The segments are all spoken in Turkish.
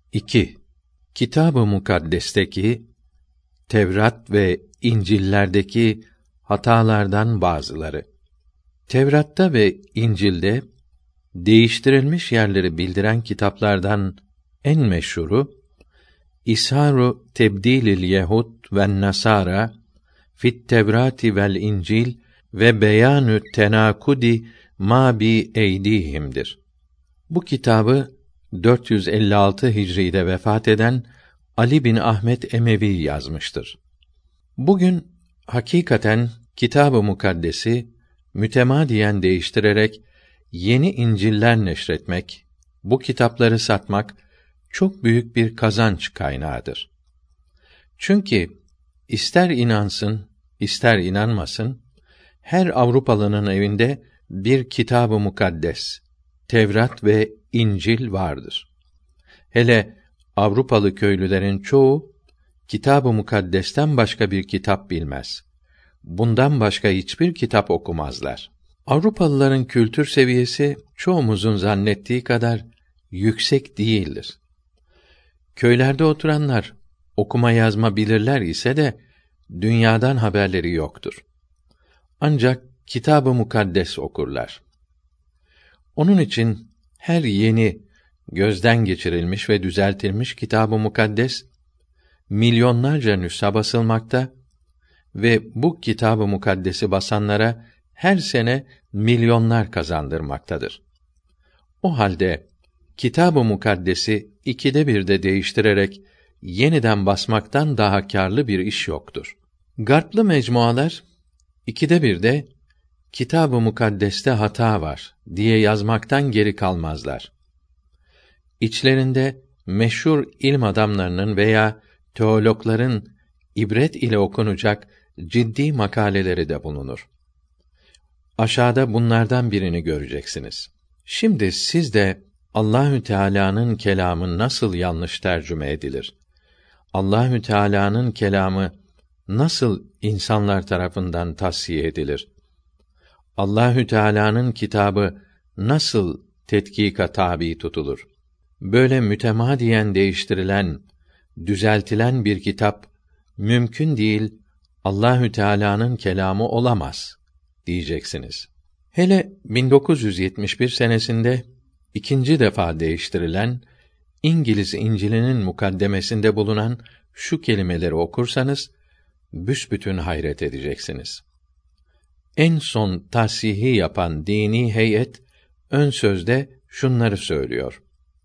2. Kitab-ı Mukaddes'teki Tevrat ve İncil'lerdeki hatalardan bazıları. Tevrat'ta ve İncil'de değiştirilmiş yerleri bildiren kitaplardan en meşhuru İsharu Tebdilil Yehud ve Nasara fit Tevrati vel İncil ve Beyanü Tenakudi ma bi eydihim'dir. Bu kitabı 456 Hicri'de vefat eden Ali bin Ahmet Emevi yazmıştır. Bugün hakikaten Kitab-ı Mukaddes'i mütemadiyen değiştirerek yeni İncil'ler neşretmek, bu kitapları satmak çok büyük bir kazanç kaynağıdır. Çünkü ister inansın, ister inanmasın, her Avrupalının evinde bir Kitab-ı Mukaddes, Tevrat ve İncil vardır. Hele Avrupalı köylülerin çoğu Kitab-ı Mukaddes'ten başka bir kitap bilmez. Bundan başka hiçbir kitap okumazlar. Avrupalıların kültür seviyesi çoğumuzun zannettiği kadar yüksek değildir. Köylerde oturanlar okuma yazma bilirler ise de dünyadan haberleri yoktur. Ancak Kitab-ı Mukaddes okurlar. Onun için her yeni, gözden geçirilmiş ve düzeltilmiş Kitab-ı Mukaddes milyonlarca nüsha basılmakta ve bu Kitab-ı Mukaddes'i basanlara her sene milyonlar kazandırmaktadır. O halde Kitab-ı Mukaddes'i 1/2'de değiştirerek yeniden basmaktan daha kârlı bir iş yoktur. Garplı mecmualar 2/1'de Kitab-ı Mukaddes'te hata var diye yazmaktan geri kalmazlar. İçlerinde meşhur ilim adamlarının veya teologların ibret ile okunacak ciddi makaleleri de bulunur. Aşağıda bunlardan birini göreceksiniz. Şimdi siz de Allahü Teala'nın kelamı nasıl yanlış tercüme edilir? Allahü Teala'nın kelamı nasıl insanlar tarafından tasfiye edilir? Allahü Teala'nın kitabı nasıl tetkika tabi tutulur? Böyle mütemadiyen değiştirilen, düzeltilen bir kitap mümkün değil, Allahü Teala'nın kelamı olamaz diyeceksiniz. Hele 1971 senesinde 2. defa değiştirilen İngiliz İncil'inin mukaddemesinde bulunan şu kelimeleri okursanız büsbütün hayret edeceksiniz. En son tasihi yapan dini heyet ön sözde şunları söylüyor.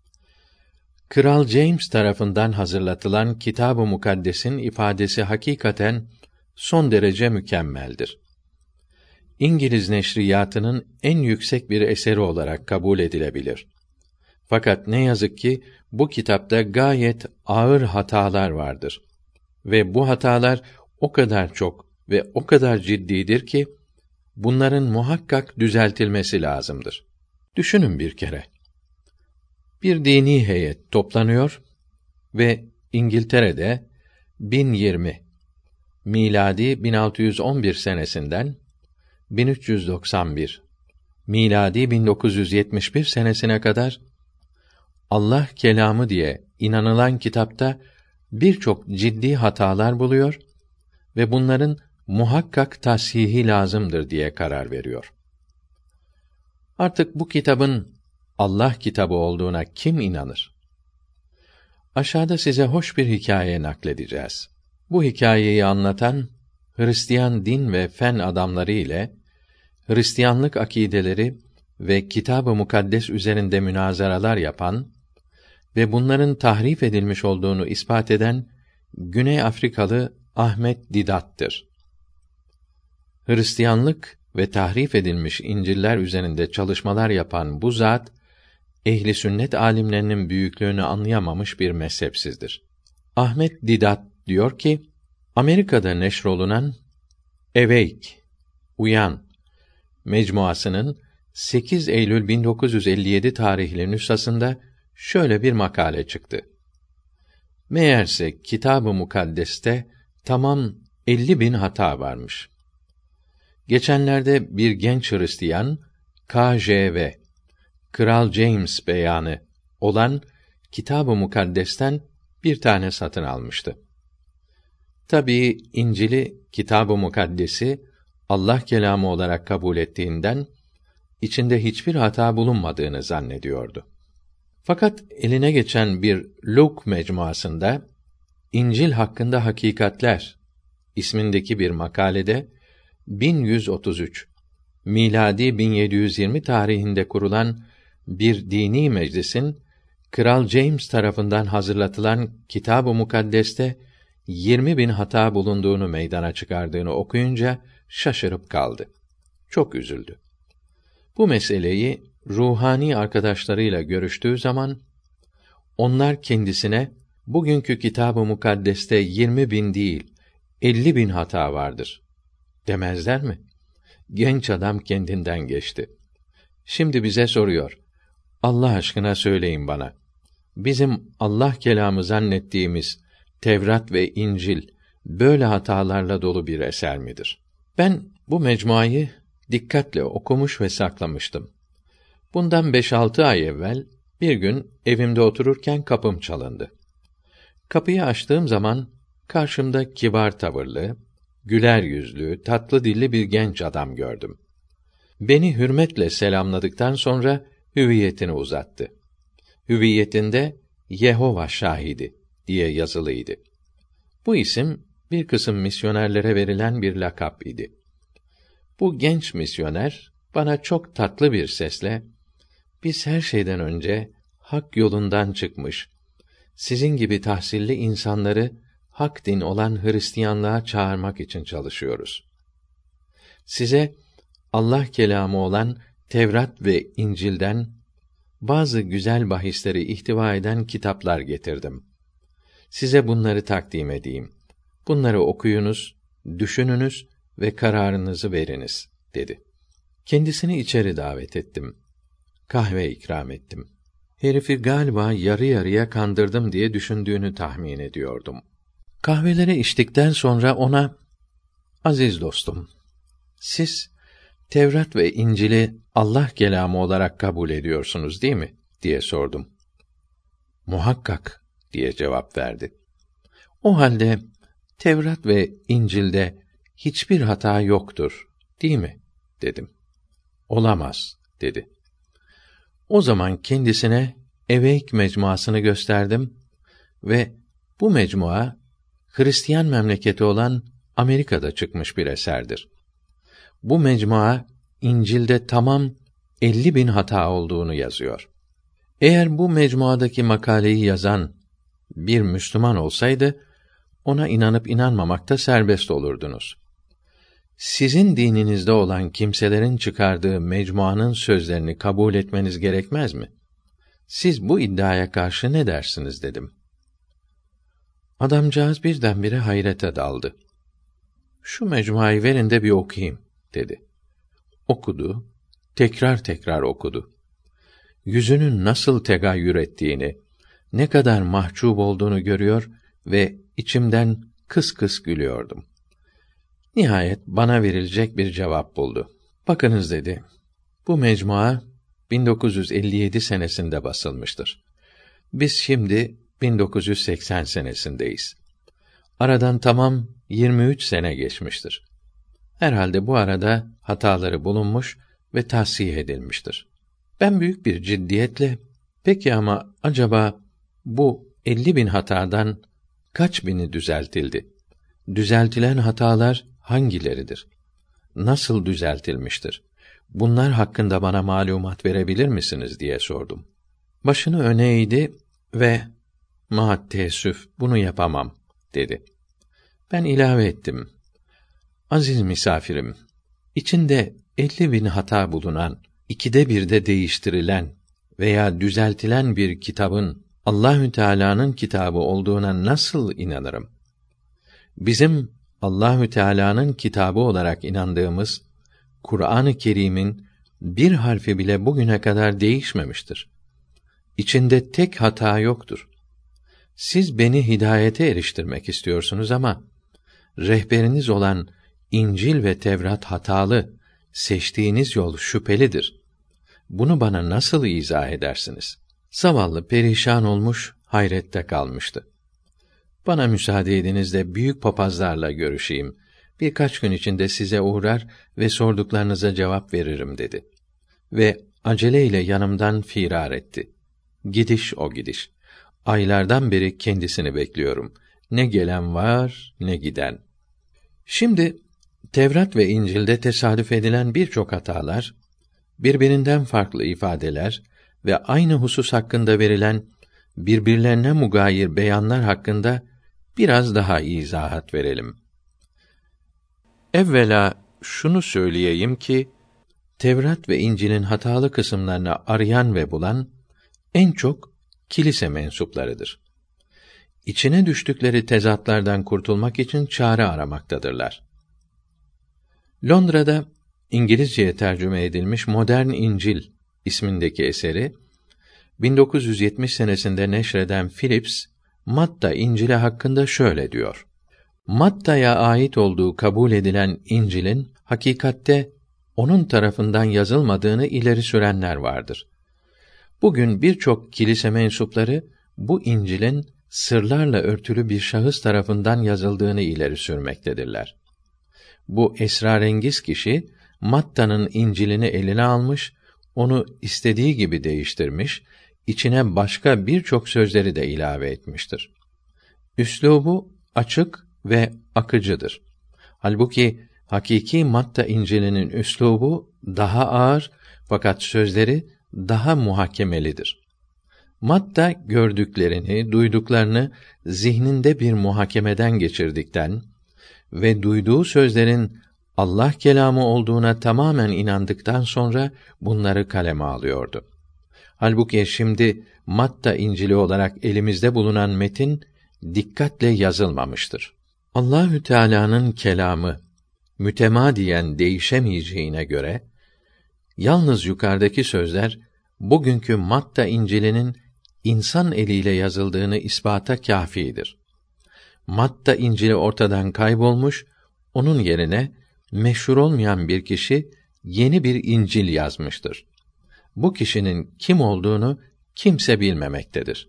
Kral James tarafından hazırlatılan Kitab-ı Mukaddes'in ifadesi hakikaten son derece mükemmeldir. İngiliz neşriyatının en yüksek bir eseri olarak kabul edilebilir. Fakat ne yazık ki bu kitapta gayet ağır hatalar vardır. Ve bu hatalar o kadar çok ve o kadar ciddidir ki bunların muhakkak düzeltilmesi lazımdır. Düşünün bir kere. Bir dini heyet toplanıyor ve İngiltere'de 1020 miladi 1611 senesinden 1391 miladi 1971 senesine kadar Allah kelamı diye inanılan kitapta birçok ciddi hatalar buluyor ve bunların muhakkak tasihi lazımdır diye karar veriyor. Artık bu kitabın Allah kitabı olduğuna kim inanır? Aşağıda size hoş bir hikaye nakledeceğiz. Bu hikayeyi anlatan Hristiyan din ve fen adamları ile Hristiyanlık akideleri ve Kitab-ı Mukaddes üzerinde münazaralar yapan ve bunların tahrif edilmiş olduğunu ispat eden Güney Afrikalı Ahmet Didat'tır. Hristiyanlık ve tahrif edilmiş İncil'ler üzerinde çalışmalar yapan bu zat, ehli sünnet alimlerinin büyüklüğünü anlayamamış bir mezhepsizdir. Ahmet Didat diyor ki, Amerika'da neşrolunan Awake, Uyan mecmuasının 8 Eylül 1957 tarihli nüshasında şöyle bir makale çıktı. Meğerse Kitab-ı Mukaddes'te tamam 50.000 hata varmış. Geçenlerde bir genç Hristiyan, KJV, Kral James beyanı olan Kitab-ı Mukaddes'ten bir tane satın almıştı. Tabii İncil'i, Kitab-ı Mukaddes'i Allah kelamı olarak kabul ettiğinden içinde hiçbir hata bulunmadığını zannediyordu. Fakat eline geçen bir Luk mecmuasında İncil hakkında hakikatler ismindeki bir makalede 1133 miladi 1720 tarihinde kurulan bir dini meclisin Kral James tarafından hazırlatılan Kitab-ı Mukaddes'te 20.000 hata bulunduğunu meydana çıkardığını okuyunca şaşırıp kaldı. Çok üzüldü. Bu meseleyi ruhani arkadaşlarıyla görüştüğü zaman onlar kendisine bugünkü Kitab-ı Mukaddes'te 20.000 değil 50.000 hata vardır demezler mi? Genç adam kendinden geçti. Şimdi bize soruyor. Allah aşkına söyleyin bana. Bizim Allah kelamı zannettiğimiz Tevrat ve İncil böyle hatalarla dolu bir eser midir? Ben bu mecmuayı dikkatle okumuş ve saklamıştım. Bundan 5-6 ay evvel bir gün evimde otururken kapım çalındı. Kapıyı açtığım zaman karşımda kibar tavırlı, güler yüzlü, tatlı dilli bir genç adam gördüm. Beni hürmetle selamladıktan sonra hüviyetini uzattı. Hüviyetinde Yehova şahidi diye yazılıydı. Bu isim bir kısım misyonerlere verilen bir lakap idi. Bu genç misyoner bana çok tatlı bir sesle biz her şeyden önce hak yolundan çıkmış, sizin gibi tahsilli insanları hak din olan Hristiyanlığa çağırmak için çalışıyoruz. Size Allah kelamı olan Tevrat ve İncil'den bazı güzel bahisleri ihtiva eden kitaplar getirdim. Size bunları takdim edeyim. Bunları okuyunuz, düşününüz ve kararınızı veriniz, dedi. Kendisini içeri davet ettim. Kahve ikram ettim. Herifi galiba yarı yarıya kandırdım diye düşündüğünü tahmin ediyordum. Kahveleri içtikten sonra ona, aziz dostum, siz Tevrat ve İncil'i Allah kelamı olarak kabul ediyorsunuz değil mi? Diye sordum. Muhakkak diye cevap verdi. O halde Tevrat ve İncil'de hiçbir hata yoktur, değil mi? Dedim. Olamaz, dedi. O zaman kendisine Eveyk mecmuasını gösterdim ve bu mecmua Hristiyan memleketi olan Amerika'da çıkmış bir eserdir. Bu mecmua İncil'de tamam 50.000 hata olduğunu yazıyor. Eğer bu mecmuadaki makaleyi yazan bir Müslüman olsaydı, ona inanıp inanmamakta serbest olurdunuz. Sizin dininizde olan kimselerin çıkardığı mecmuanın sözlerini kabul etmeniz gerekmez mi? Siz bu iddiaya karşı ne dersiniz dedim. Adamcağız birdenbire hayrete daldı. Şu mecmuayı verin de bir okuyayım, dedi. Okudu, tekrar okudu. Yüzünün nasıl tegayyür ettiğini, ne kadar mahcup olduğunu görüyor ve içimden kıs kıs gülüyordum. Nihayet bana verilecek bir cevap buldu. Bakınız dedi, bu mecmua 1957 senesinde basılmıştır. Biz şimdi 1980 senesindeyiz. Aradan tamam 23 sene geçmiştir. Herhalde bu arada hataları bulunmuş ve tahsih edilmiştir. Ben büyük bir ciddiyetle, peki ama acaba bu 50.000 hatadan kaç bini düzeltildi? Düzeltilen hatalar hangileridir? Nasıl düzeltilmiştir? Bunlar hakkında bana malumat verebilir misiniz diye sordum. Başını öne eğdi ve "Teessüf, bunu yapamam," dedi. Ben ilave ettim. Aziz misafirim, içinde 50.000 hata bulunan, 1/2'de değiştirilen veya düzeltilen bir kitabın Allahü Teala'nın kitabı olduğuna nasıl inanırım? Bizim Allahü Teala'nın kitabı olarak inandığımız Kur'an-ı Kerim'in bir harfi bile bugüne kadar değişmemiştir. İçinde tek hata yoktur. Siz beni hidayete eriştirmek istiyorsunuz ama rehberiniz olan İncil ve Tevrat hatalı, seçtiğiniz yol şüphelidir. Bunu bana nasıl izah edersiniz? Zavallı perişan olmuş, hayrette kalmıştı. Bana müsaade ediniz de büyük papazlarla görüşeyim. Birkaç gün içinde size uğrar ve sorduklarınıza cevap veririm dedi. Ve aceleyle yanımdan firar etti. Gidiş o gidiş. Aylardan beri kendisini bekliyorum. Ne gelen var, ne giden. Şimdi Tevrat ve İncil'de tesadüf edilen birçok hatalar, birbirinden farklı ifadeler ve aynı husus hakkında verilen birbirlerine mugayir beyanlar hakkında biraz daha izahat verelim. Evvela şunu söyleyeyim ki, Tevrat ve İncil'in hatalı kısımlarını arayan ve bulan en çok kilise mensuplarıdır. İçine düştükleri tezatlardan kurtulmak için çare aramaktadırlar. Londra'da İngilizceye tercüme edilmiş Modern İncil ismindeki eseri 1970 senesinde neşreden Phillips, Matta İncil'i hakkında şöyle diyor: Matta'ya ait olduğu kabul edilen İncil'in hakikatte onun tarafından yazılmadığını ileri sürenler vardır. Bugün birçok kilise mensupları bu İncil'in sırlarla örtülü bir şahıs tarafından yazıldığını ileri sürmektedirler. Bu esrarengiz kişi Matta'nın İncil'ini eline almış, onu istediği gibi değiştirmiş, içine başka birçok sözleri de ilave etmiştir. Üslubu açık ve akıcıdır. Halbuki hakiki Matta İncil'inin üslubu daha ağır fakat sözleri daha muhakemelidir. Matta gördüklerini, duyduklarını zihninde bir muhakemeden geçirdikten ve duyduğu sözlerin Allah kelamı olduğuna tamamen inandıktan sonra bunları kaleme alıyordu. Halbuki şimdi Matta İncil'i olarak elimizde bulunan metin dikkatle yazılmamıştır. Allahü Teala'nın kelamı mütemadiyen değişemeyeceğine göre yalnız yukarıdaki sözler bugünkü Matta İncil'inin insan eliyle yazıldığını ispata kâfidir. Matta İncil'i ortadan kaybolmuş, onun yerine meşhur olmayan bir kişi yeni bir İncil yazmıştır. Bu kişinin kim olduğunu kimse bilmemektedir.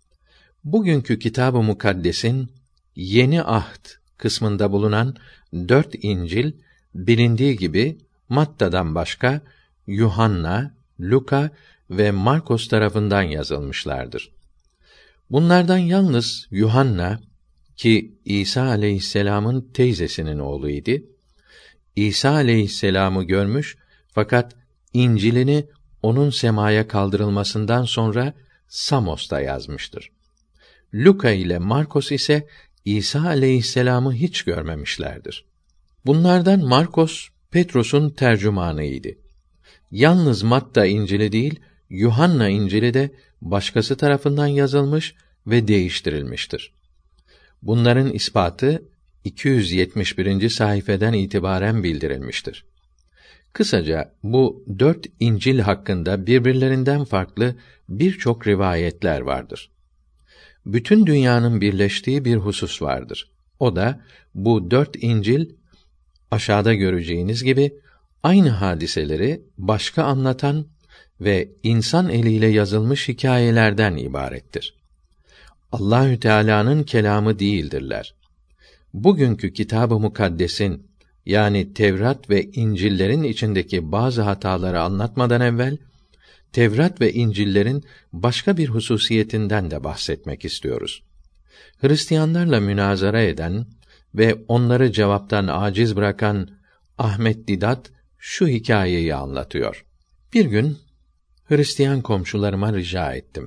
Bugünkü Kitab-ı Mukaddes'in Yeni Ahd kısmında bulunan 4 İncil, bilindiği gibi Matta'dan başka Yuhanna, Luka ve Markos tarafından yazılmışlardır. Bunlardan yalnız Yuhanna, ki İsa aleyhisselam'ın teyzesinin oğluydu, İsa aleyhisselam'ı görmüş fakat İncil'ini onun semaya kaldırılmasından sonra Samos'ta yazmıştır. Luka ile Markos ise İsa aleyhisselam'ı hiç görmemişlerdir. Bunlardan Markos, Petros'un tercümanıydı. Yalnız Matta İncil'i değil, Yuhanna İncil'i de başkası tarafından yazılmış ve değiştirilmiştir. Bunların ispatı 271. sayfeden itibaren bildirilmiştir. Kısaca bu 4 İncil hakkında birbirlerinden farklı birçok rivayetler vardır. Bütün dünyanın birleştiği bir husus vardır. O da bu 4 İncil aşağıda göreceğiniz gibi aynı hadiseleri başka anlatan ve insan eliyle yazılmış hikâyelerden ibarettir. Allahü Teala'nın kelamı değildirler. Bugünkü Kitab-ı Mukaddes'in yani Tevrat ve İncil'lerin içindeki bazı hataları anlatmadan evvel Tevrat ve İncil'lerin başka bir hususiyetinden de bahsetmek istiyoruz. Hristiyanlarla münazara eden ve onları cevaptan aciz bırakan Ahmet Didat şu hikâyeyi anlatıyor. Bir gün Hristiyan komşularıma rica ettim.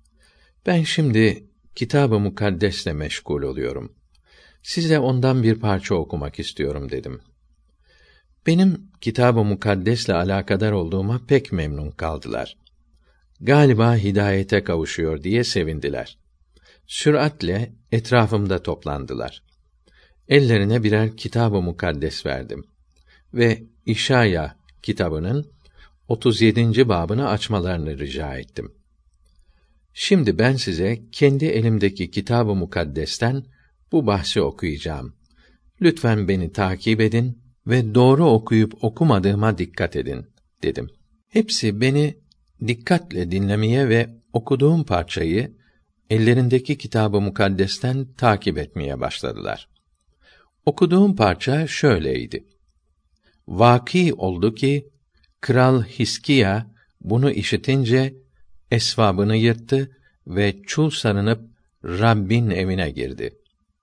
Ben şimdi Kitab-ı Mukaddes'le meşgul oluyorum. Size ondan bir parça okumak istiyorum dedim. Benim Kitab-ı Mukaddes'le alakadar olduğuma pek memnun kaldılar. Galiba hidayete kavuşuyor diye sevindiler. Süratle etrafımda toplandılar. Ellerine birer Kitab-ı Mukaddes verdim ve İşaya kitabının 37. babını açmalarını rica ettim. Şimdi ben size kendi elimdeki Kitab-ı Mukaddes'ten bu bahsi okuyacağım. Lütfen beni takip edin ve doğru okuyup okumadığıma dikkat edin, dedim. Hepsi beni dikkatle dinlemeye ve okuduğum parçayı ellerindeki kitab-ı mukaddesten takip etmeye başladılar. Okuduğum parça şöyleydi: Vâkî oldu ki Kral Hiskiya bunu işitince esvabını yırttı ve çul sarınıp Rabbin evine girdi.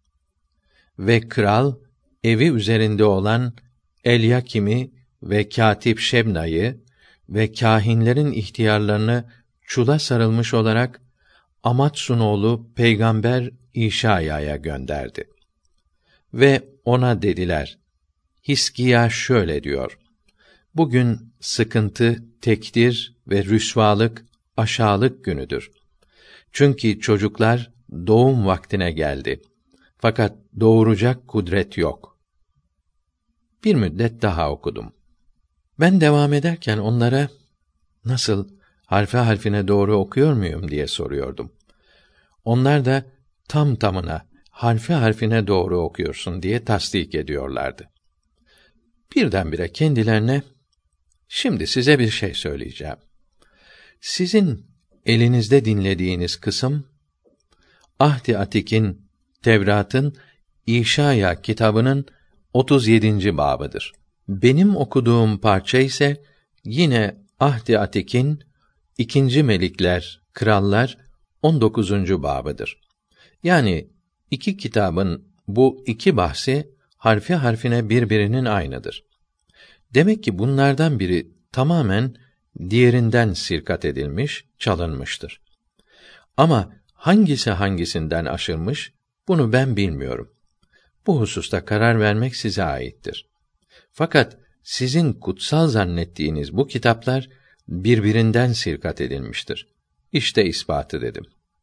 Ve kral evi üzerinde olan Elyakim'i ve Kâtip Şebna'yı ve kâhinlerin ihtiyarlarını çula sarılmış olarak Amatsun oğlu Peygamber İşaya'ya gönderdi. Ve ona dediler: Hiskiya şöyle diyor: Bugün sıkıntı, tekdir ve rüsvalık, aşağılık günüdür. Çünkü çocuklar doğum vaktine geldi. Fakat doğuracak kudret yok. Bir müddet daha okudum. Ben devam ederken onlara, nasıl, harfe harfine doğru okuyor muyum diye soruyordum. Onlar da tam tamına, harfe harfine doğru okuyorsun diye tasdik ediyorlardı. Birdenbire kendilerine, şimdi size bir şey söyleyeceğim. Sizin elinizde dinlediğiniz kısım, Ahd-i Atik'in, Tevrat'ın İşaya kitabının 37. babıdır. Benim okuduğum parça ise yine Ahd-i Atik'in 2. Melikler, Krallar 19. babıdır. Yani iki kitabın bu iki bahsi harfi harfine birbirinin aynıdır. Demek ki bunlardan biri tamamen diğerinden sirkat edilmiş, çalınmıştır. Ama hangisi hangisinden aşırmış, bunu ben bilmiyorum. Bu hususta karar vermek size aittir. Fakat sizin kutsal zannettiğiniz bu kitaplar birbirinden sirkat edilmiştir. İşte ispatı dedim.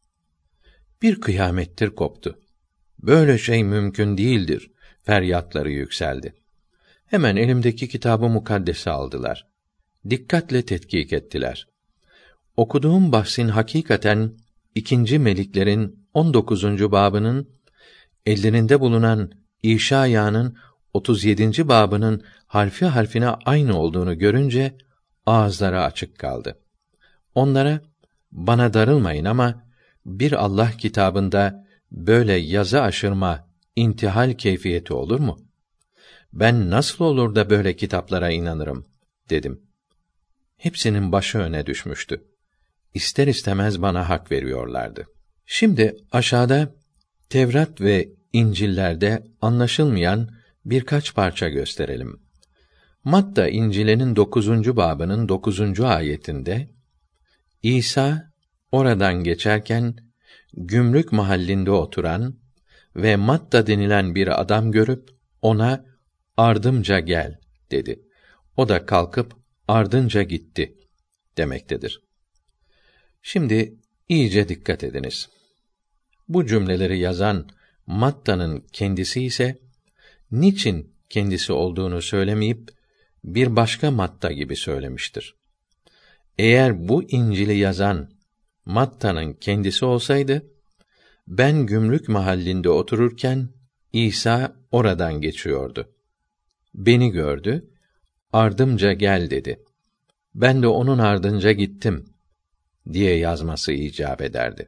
Bir kıyamettir koptu. Böyle şey mümkün değildir feryatları yükseldi. Hemen elimdeki kitab-ı mukaddesi aldılar. Dikkatle tetkik ettiler. Okuduğum bahsin hakikaten 2. Meliklerin 19. babının, ellerinde bulunan İşaya'nın 37. babının harfi harfine aynı olduğunu görünce ağızları açık kaldı. Onlara, bana darılmayın ama bir Allah kitabında böyle yazı aşırma, intihal keyfiyeti olur mu? Ben nasıl olur da böyle kitaplara inanırım, dedim. Hepsinin başı öne düşmüştü. İster istemez bana hak veriyorlardı. Şimdi aşağıda Tevrat ve İncil'lerde anlaşılmayan birkaç parça gösterelim. Matta İncil'inin 9. babının 9. ayetinde İsa oradan geçerken gümrük mahallinde oturan ve Matta denilen bir adam görüp ona ardımca gel dedi. O da kalkıp ardınca gitti demektedir. Şimdi iyice dikkat ediniz. Bu cümleleri yazan Matta'nın kendisi ise niçin kendisi olduğunu söylemeyip bir başka Matta gibi söylemiştir. Eğer bu İncil'i yazan Matta'nın kendisi olsaydı, ben gümrük mahallinde otururken İsa oradan geçiyordu. Beni gördü, ardımca gel dedi. Ben de onun ardınca gittim diye yazması icap ederdi.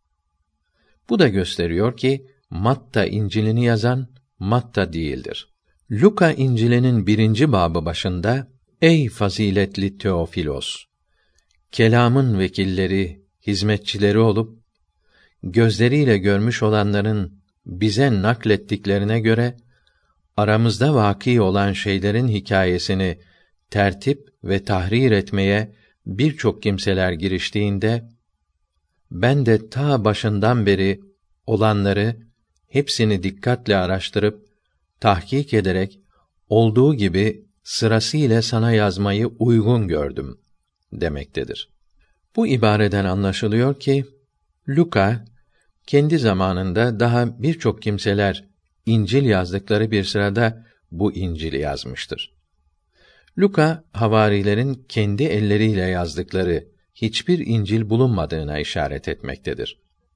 Bu da gösteriyor ki Matta İncil'ini yazan Matta değildir. Luka İncil'inin 1. babı başında ey faziletli Teofilos, kelamın vekilleri, hizmetçileri olup gözleriyle görmüş olanların bize naklettiklerine göre aramızda vâkî olan şeylerin hikâyesini tertip ve tahrir etmeye birçok kimseler giriştiğinde, ben de ta başından beri olanları hepsini dikkatle araştırıp tahkik ederek olduğu gibi sırasıyla sana yazmayı uygun gördüm demektedir. Bu ibareden anlaşılıyor ki Luka kendi zamanında daha birçok kimseler İncil yazdıkları bir sırada bu İncil'i yazmıştır. Luka havarilerin kendi elleriyle yazdıkları hiçbir İncil bulunmadığına işaret etmektedir.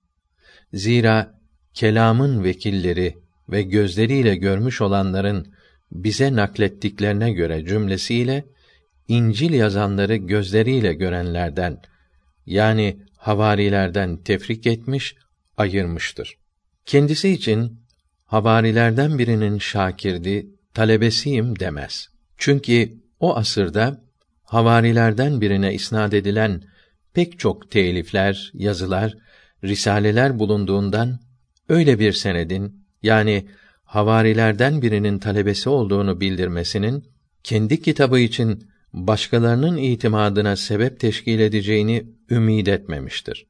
Zira kelamın vekilleri ve gözleriyle görmüş olanların bize naklettiklerine göre cümlesiyle İncil yazanları gözleriyle görenlerden, yani havarilerden tefrik etmiş, ayırmıştır. Kendisi için havarilerden birinin şakirdi, talebesiyim demez. Çünkü o asırda havarilerden birine isnad edilen pek çok telifler, yazılar, risaleler bulunduğundan öyle bir senedin, yani havarilerden birinin talebesi olduğunu bildirmesinin kendi kitabı için başkalarının itimadına sebep teşkil edeceğini ümid etmemiştir.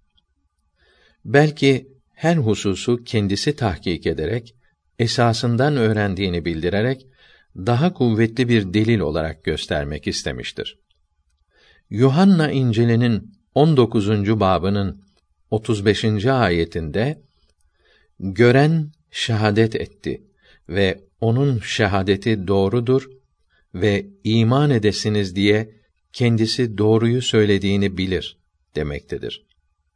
Belki her hususu kendisi tahkik ederek, esasından öğrendiğini bildirerek, daha kuvvetli bir delil olarak göstermek istemiştir. Yuhanna İncil'inin 19. babının 35. ayetinde, gören şehadet etti ve onun şehadeti doğrudur ve iman edesiniz diye kendisi doğruyu söylediğini bilir demektedir.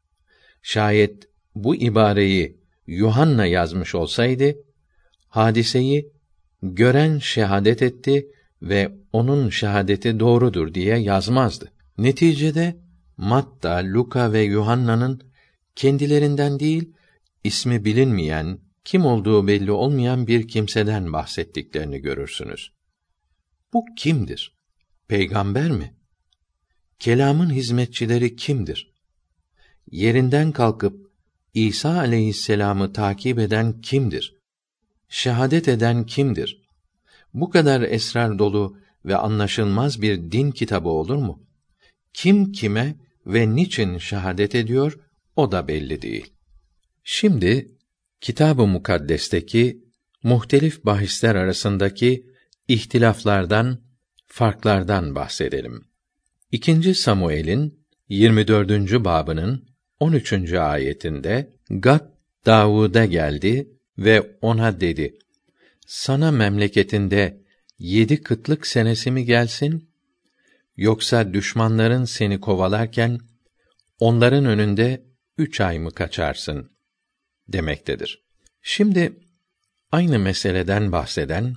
Şayet bu ibareyi Yuhanna yazmış olsaydı, hadiseyi gören şehadet etti ve onun şehadeti doğrudur diye yazmazdı. Neticede Matta, Luka ve Yuhanna'nın kendilerinden değil, ismi bilinmeyen, kim olduğu belli olmayan bir kimseden bahsettiklerini görürsünüz. Bu kimdir? Peygamber mi? Kelamın hizmetçileri kimdir? Yerinden kalkıp İsa aleyhisselam'ı takip eden kimdir? Şehadet eden kimdir? Bu kadar esrar dolu ve anlaşılmaz bir din kitabı olur mu? Kim kime ve niçin şehadet ediyor, o da belli değil. Şimdi Kitab-ı Mukaddes'teki muhtelif bahisler arasındaki ihtilaflardan, farklardan bahsedelim. 2. Samuel'in 24. babının 13. ayetinde Gad Davud'a geldi ve ona dedi: sana memleketinde 7 kıtlık senesi mi gelsin, yoksa düşmanların seni kovalarken onların önünde 3 ay mı kaçarsın demektedir. Şimdi aynı meseleden bahseden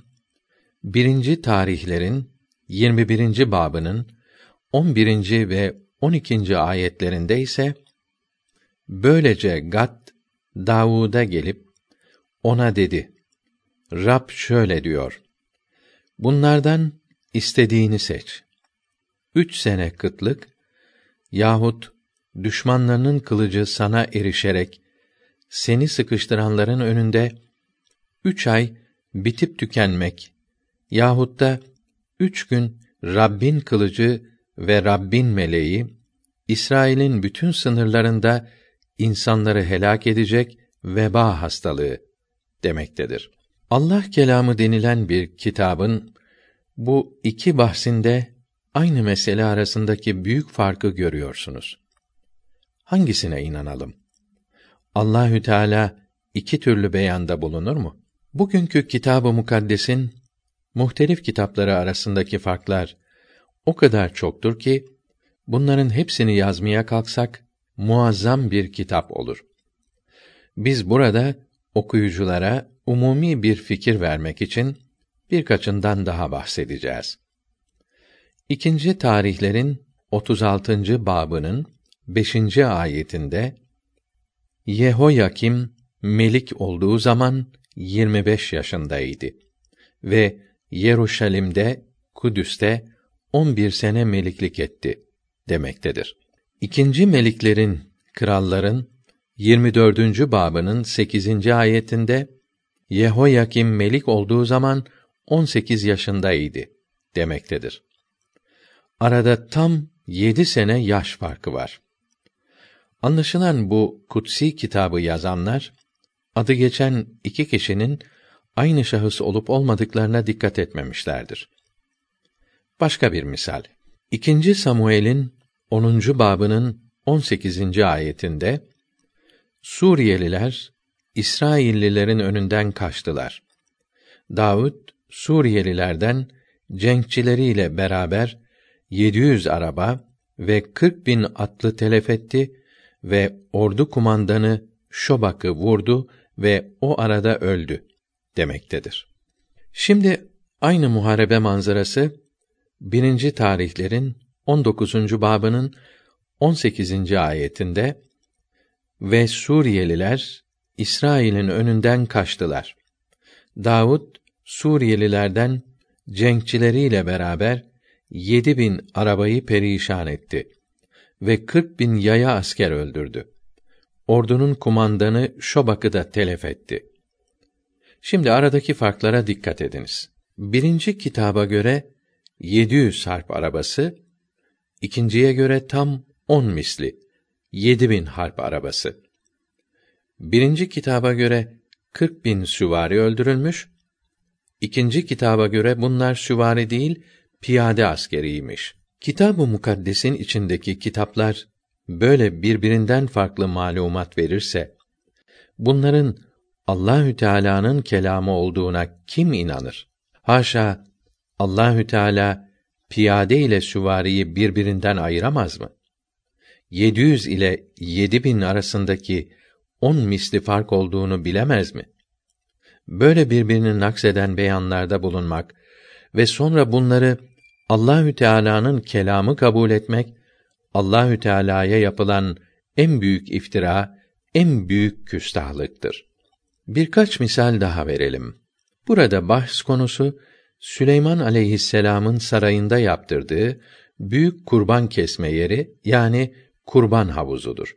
1. Tarihlerin 21. babının 11. ve 12. ayetlerinde ise böylece Gad Davud'a gelip ona dedi: Rab şöyle diyor: bunlardan istediğini seç. 3 sene kıtlık yahut düşmanlarının kılıcı sana erişerek seni sıkıştıranların önünde 3 ay bitip tükenmek yahut da 3 gün Rabbin kılıcı ve Rabbin meleği İsrail'in bütün sınırlarında insanları helak edecek veba hastalığı demektedir. Allah kelamı denilen bir kitabın bu 2 bahsinde aynı mesele arasındaki büyük farkı görüyorsunuz. Hangisine inanalım? Allahü Teala 2 türlü beyanda bulunur mu? Bugünkü Kitab-ı Mukaddes'in muhtelif kitapları arasındaki farklar o kadar çoktur ki bunların hepsini yazmaya kalksak muazzam bir kitap olur. Biz burada okuyuculara umumi bir fikir vermek için birkaçından daha bahsedeceğiz. 2. Tarihlerin 36. babının 5. ayetinde Yehoyakim melik olduğu zaman 25 yaşındaydı ve Yeruşalim'de, Kudüs'te 11 sene meliklik etti demektedir. 2. Meliklerin, kralların 24. babının 8. ayetinde Yehoyakim melik olduğu zaman 18 yaşındaydı demektedir. Arada tam 7 sene yaş farkı var. Anlaşılan bu kutsi kitabı yazanlar adı geçen 2 kişinin aynı şahıs olup olmadıklarına dikkat etmemişlerdir. Başka bir misal. 2. Samuel'in 10. babının 18. ayetinde Suriyeliler İsraillilerin önünden kaçtılar. Davud Suriyelilerden cenkçileriyle beraber 700 araba ve 40.000 atlı telef etti ve ordu kumandanı Şobak'ı vurdu ve o arada öldü demektedir. Şimdi aynı muharebe manzarası 1. Tarihlerin 19. babının 18. ayetinde Ve Suriyeliler İsrail'in önünden kaçtılar. Davud Suriyelilerden cenkçileriyle beraber 7.000 arabayı perişan etti ve 40.000 yaya asker öldürdü. Ordunun kumandanı Şobak'ı da telef etti. Şimdi aradaki farklara dikkat ediniz. Birinci kitaba göre 700 harp arabası, ikinciye göre tam 10 misli 7.000 harp arabası. Birinci kitaba göre 40.000 süvari öldürülmüş, ikinci kitaba göre bunlar süvari değil, piyade askeriymiş. Kitab-ı Mukaddes'in içindeki kitaplar böyle birbirinden farklı malumat verirse, bunların Allahü Teala'nın kelamı olduğuna kim inanır? Haşa, Allahü Teala piyade ile süvariyi birbirinden ayıramaz mı? 700 ile 7.000 arasındaki 10 misli fark olduğunu bilemez mi? Böyle birbirini nakseden beyanlarda bulunmak ve sonra bunları Allahü Teala'nın kelamı kabul etmek, Allahü Teala'ya yapılan en büyük iftira, en büyük küstahlıktır. Birkaç misal daha verelim. Burada bahs konusu Süleyman aleyhisselam'ın sarayında yaptırdığı büyük kurban kesme yeri, yani kurban havuzudur.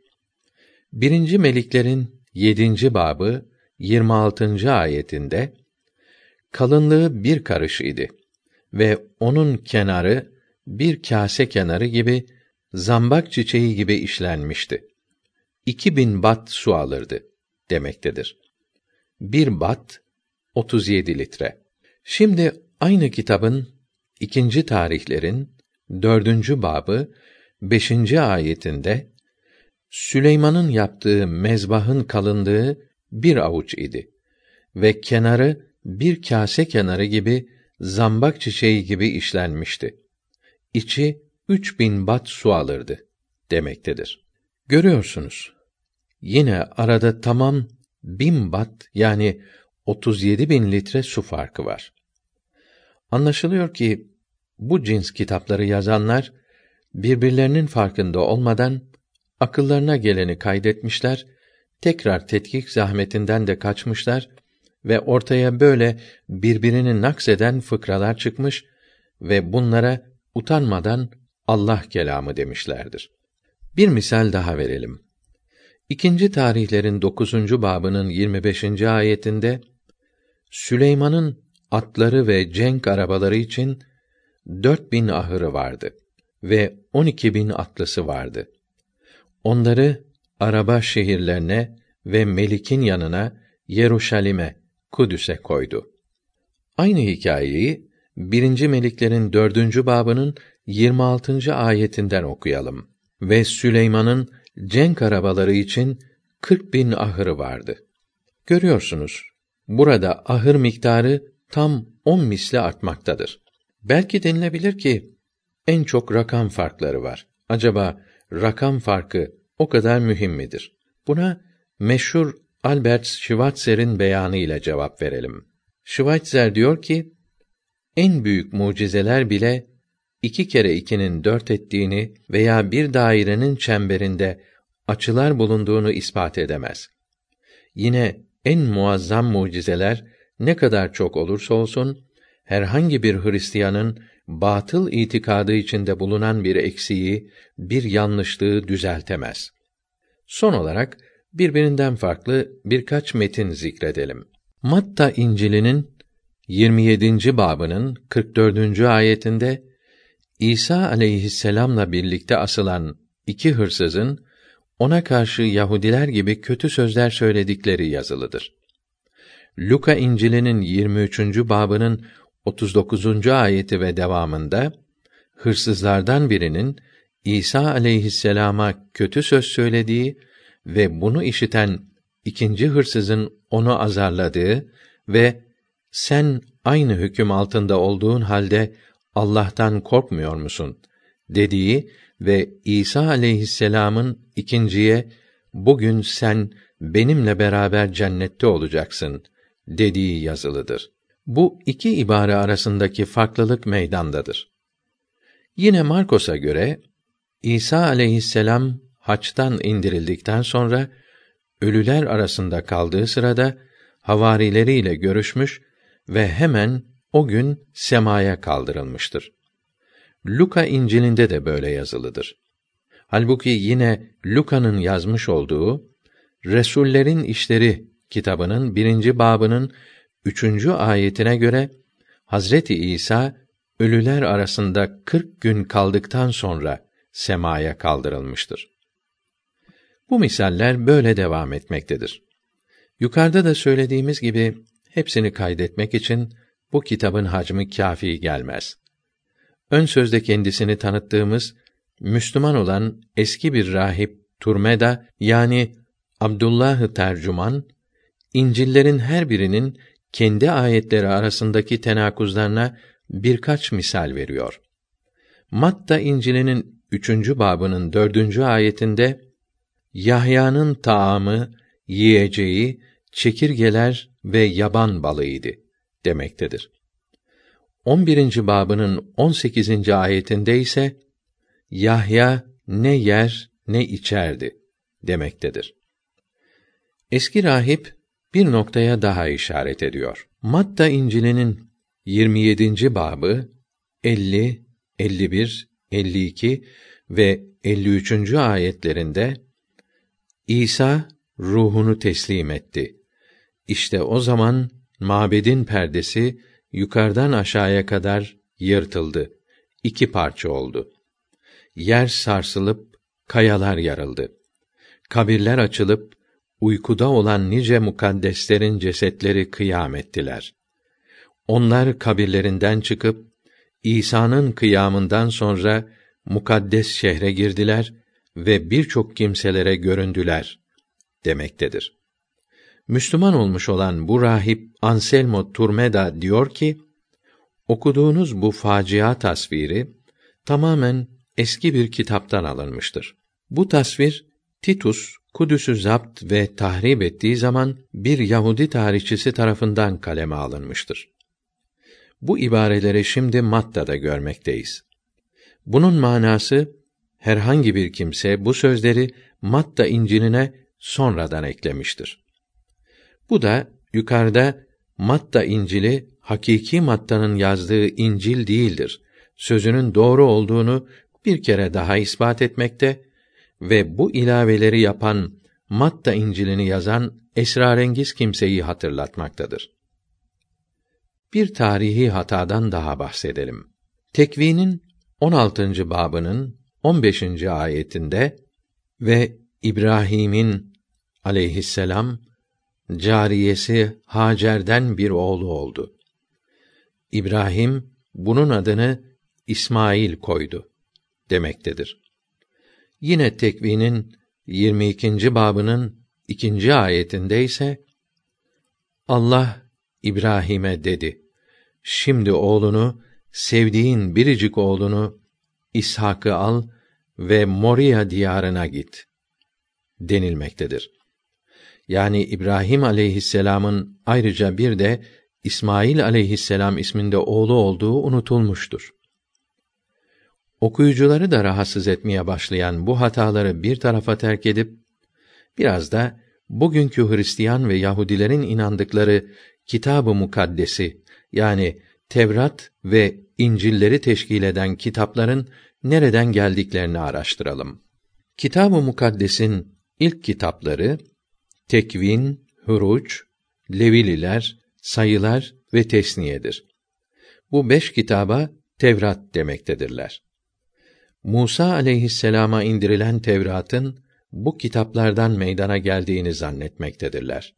1. Meliklerin 7. babı 26. ayetinde kalınlığı bir karış idi ve onun kenarı bir kâse kenarı gibi zambak çiçeği gibi işlenmişti. 2000 bat su alırdı demektedir. Bir bat 37 litre. Şimdi aynı kitabın 2. tarihlerin 4. babı 5. ayetinde Süleyman'ın yaptığı mezbahın kalınlığı bir avuç idi ve kenarı bir kâse kenarı gibi zambak çiçeği gibi işlenmişti. İçi 3000 bat su alırdı demektedir. Görüyorsunuz. Yine arada tamam 1000 bat, yani 37.000 litre su farkı var. Anlaşılıyor ki bu cins kitapları yazanlar birbirlerinin farkında olmadan akıllarına geleni kaydetmişler, tekrar tetkik zahmetinden de kaçmışlar ve ortaya böyle birbirini nakseden fıkralar çıkmış ve bunlara utanmadan Allah kelamı demişlerdir. Bir misal daha verelim. 2. tarihlerin 9. babının 25. ayetinde Süleyman'ın atları ve cenk arabaları için 4000 ahırı vardı ve 12.000 atlısı vardı. Onları araba şehirlerine ve Melik'in yanına, Yeruşalim'e, Kudüs'e koydu. Aynı hikâyeyi 1. Meliklerin 4. babının 26. ayetinden okuyalım. Ve Süleyman'ın cenk arabaları için 40.000 ahırı vardı. Görüyorsunuz, burada ahır miktarı tam 10 misli artmaktadır. Belki denilebilir ki en çok rakam farkları var. Acaba rakam farkı o kadar mühim midir? Buna meşhur Albert Schweitzer'in beyanı ile cevap verelim. Schweitzer diyor ki, en büyük mucizeler bile 2 kere 2'nin 4 ettiğini veya bir dairenin çemberinde açılar bulunduğunu ispat edemez. Yine en muazzam mucizeler ne kadar çok olursa olsun, herhangi bir Hristiyanın batıl itikadı içinde bulunan bir eksiği, bir yanlışlığı düzeltemez. Son olarak birbirinden farklı birkaç metin zikredelim. Matta İncil'inin 27. babının 44. ayetinde İsa aleyhisselam'la birlikte asılan 2 hırsızın ona karşı Yahudiler gibi kötü sözler söyledikleri yazılıdır. Luka İncil'inin 23. babının 39. ayeti ve devamında hırsızlardan birinin İsa aleyhisselama kötü söz söylediği ve bunu işiten ikinci hırsızın onu azarladığı ve sen aynı hüküm altında olduğun halde Allah'tan korkmuyor musun dediği ve İsa aleyhisselamın ikinciye bugün sen benimle beraber cennette olacaksın dediği yazılıdır. Bu 2 ibare arasındaki farklılık meydandadır. Yine Markos'a göre İsa aleyhisselam haçtan indirildikten sonra ölüler arasında kaldığı sırada havarileriyle görüşmüş ve hemen o gün semaya kaldırılmıştır. Luka İncil'inde de böyle yazılıdır. Halbuki yine Luka'nın yazmış olduğu Resullerin İşleri kitabının 1. babının 3. ayetine göre Hazreti İsa ölüler arasında 40 gün kaldıktan sonra semaya kaldırılmıştır. Bu misaller böyle devam etmektedir. Yukarıda da söylediğimiz gibi hepsini kaydetmek için bu kitabın hacmi kâfi gelmez. Ön sözde kendisini tanıttığımız Müslüman olan eski bir rahip Turmeda yani Abdullah-ı Tercüman, İncil'lerin her birinin kendi ayetleri arasındaki tenakuzlarına birkaç misal veriyor. Matta İncil'inin 3. babının 4. ayetinde Yahya'nın taamı, yiyeceği çekirgeler ve yaban balığıydı demektedir. 11. babının 18. ayetinde ise Yahya ne yer ne içerdi demektedir. Eski rahip bir noktaya daha işaret ediyor. Matta İncil'inin 27. babı 50, 51, 52 ve 53. ayetlerinde İsa ruhunu teslim etti. İşte o zaman mabedin perdesi yukarıdan aşağıya kadar yırtıldı. 2 parça oldu. Yer sarsılıp kayalar yarıldı. Kabirler açılıp uykuda olan nice mukaddeslerin cesetleri kıyam ettiler. Onlar kabirlerinden çıkıp İsa'nın kıyamından sonra mukaddes şehre girdiler ve birçok kimselere göründüler demektedir. Müslüman olmuş olan bu rahip Anselmo Turmeda diyor ki, okuduğunuz bu facia tasviri tamamen eski bir kitaptan alınmıştır. Bu tasvir Titus Kudüs'ü zapt ve tahrip ettiği zaman bir Yahudi tarihçisi tarafından kaleme alınmıştır. Bu ibareleri şimdi Matta'da görmekteyiz. Bunun manası, herhangi bir kimse bu sözleri Matta İncil'ine sonradan eklemiştir. Bu da yukarıda Matta İncil'i hakiki Matta'nın yazdığı İncil değildir sözünün doğru olduğunu bir kere daha ispat etmekte ve bu ilaveleri yapan Matta İncil'ini yazan esrarengiz kimseyi hatırlatmaktadır. Bir tarihi hatadan daha bahsedelim. Tekvîn'in 16. babının 15. ayetinde ve İbrahim'in aleyhisselam cariyesi Hacer'den bir oğlu oldu. İbrahim bunun adını İsmail koydu demektedir. Yine Tekvîn'in 22. babının 2. ayetinde ise Allah İbrahim'e dedi: Şimdi oğlunu, sevdiğin biricik oğlunu İshak'ı al ve Moria diyarına git denilmektedir. Yani İbrahim aleyhisselam'ın ayrıca bir de İsmail aleyhisselam isminde oğlu olduğu unutulmuştur. Okuyucuları da rahatsız etmeye başlayan bu hataları bir tarafa terk edip, biraz da bugünkü Hristiyan ve Yahudilerin inandıkları Kitab-ı Mukaddesi, yani Tevrat ve İncil'leri teşkil eden kitapların nereden geldiklerini araştıralım. Kitab-ı Mukaddes'in ilk kitapları, Tekvîn, Huruc, Levililer, Sayılar ve Tesniye'dir. Bu 5 kitaba Tevrat demektedirler. Musa aleyhisselama indirilen Tevrat'ın bu kitaplardan meydana geldiğini zannetmektedirler.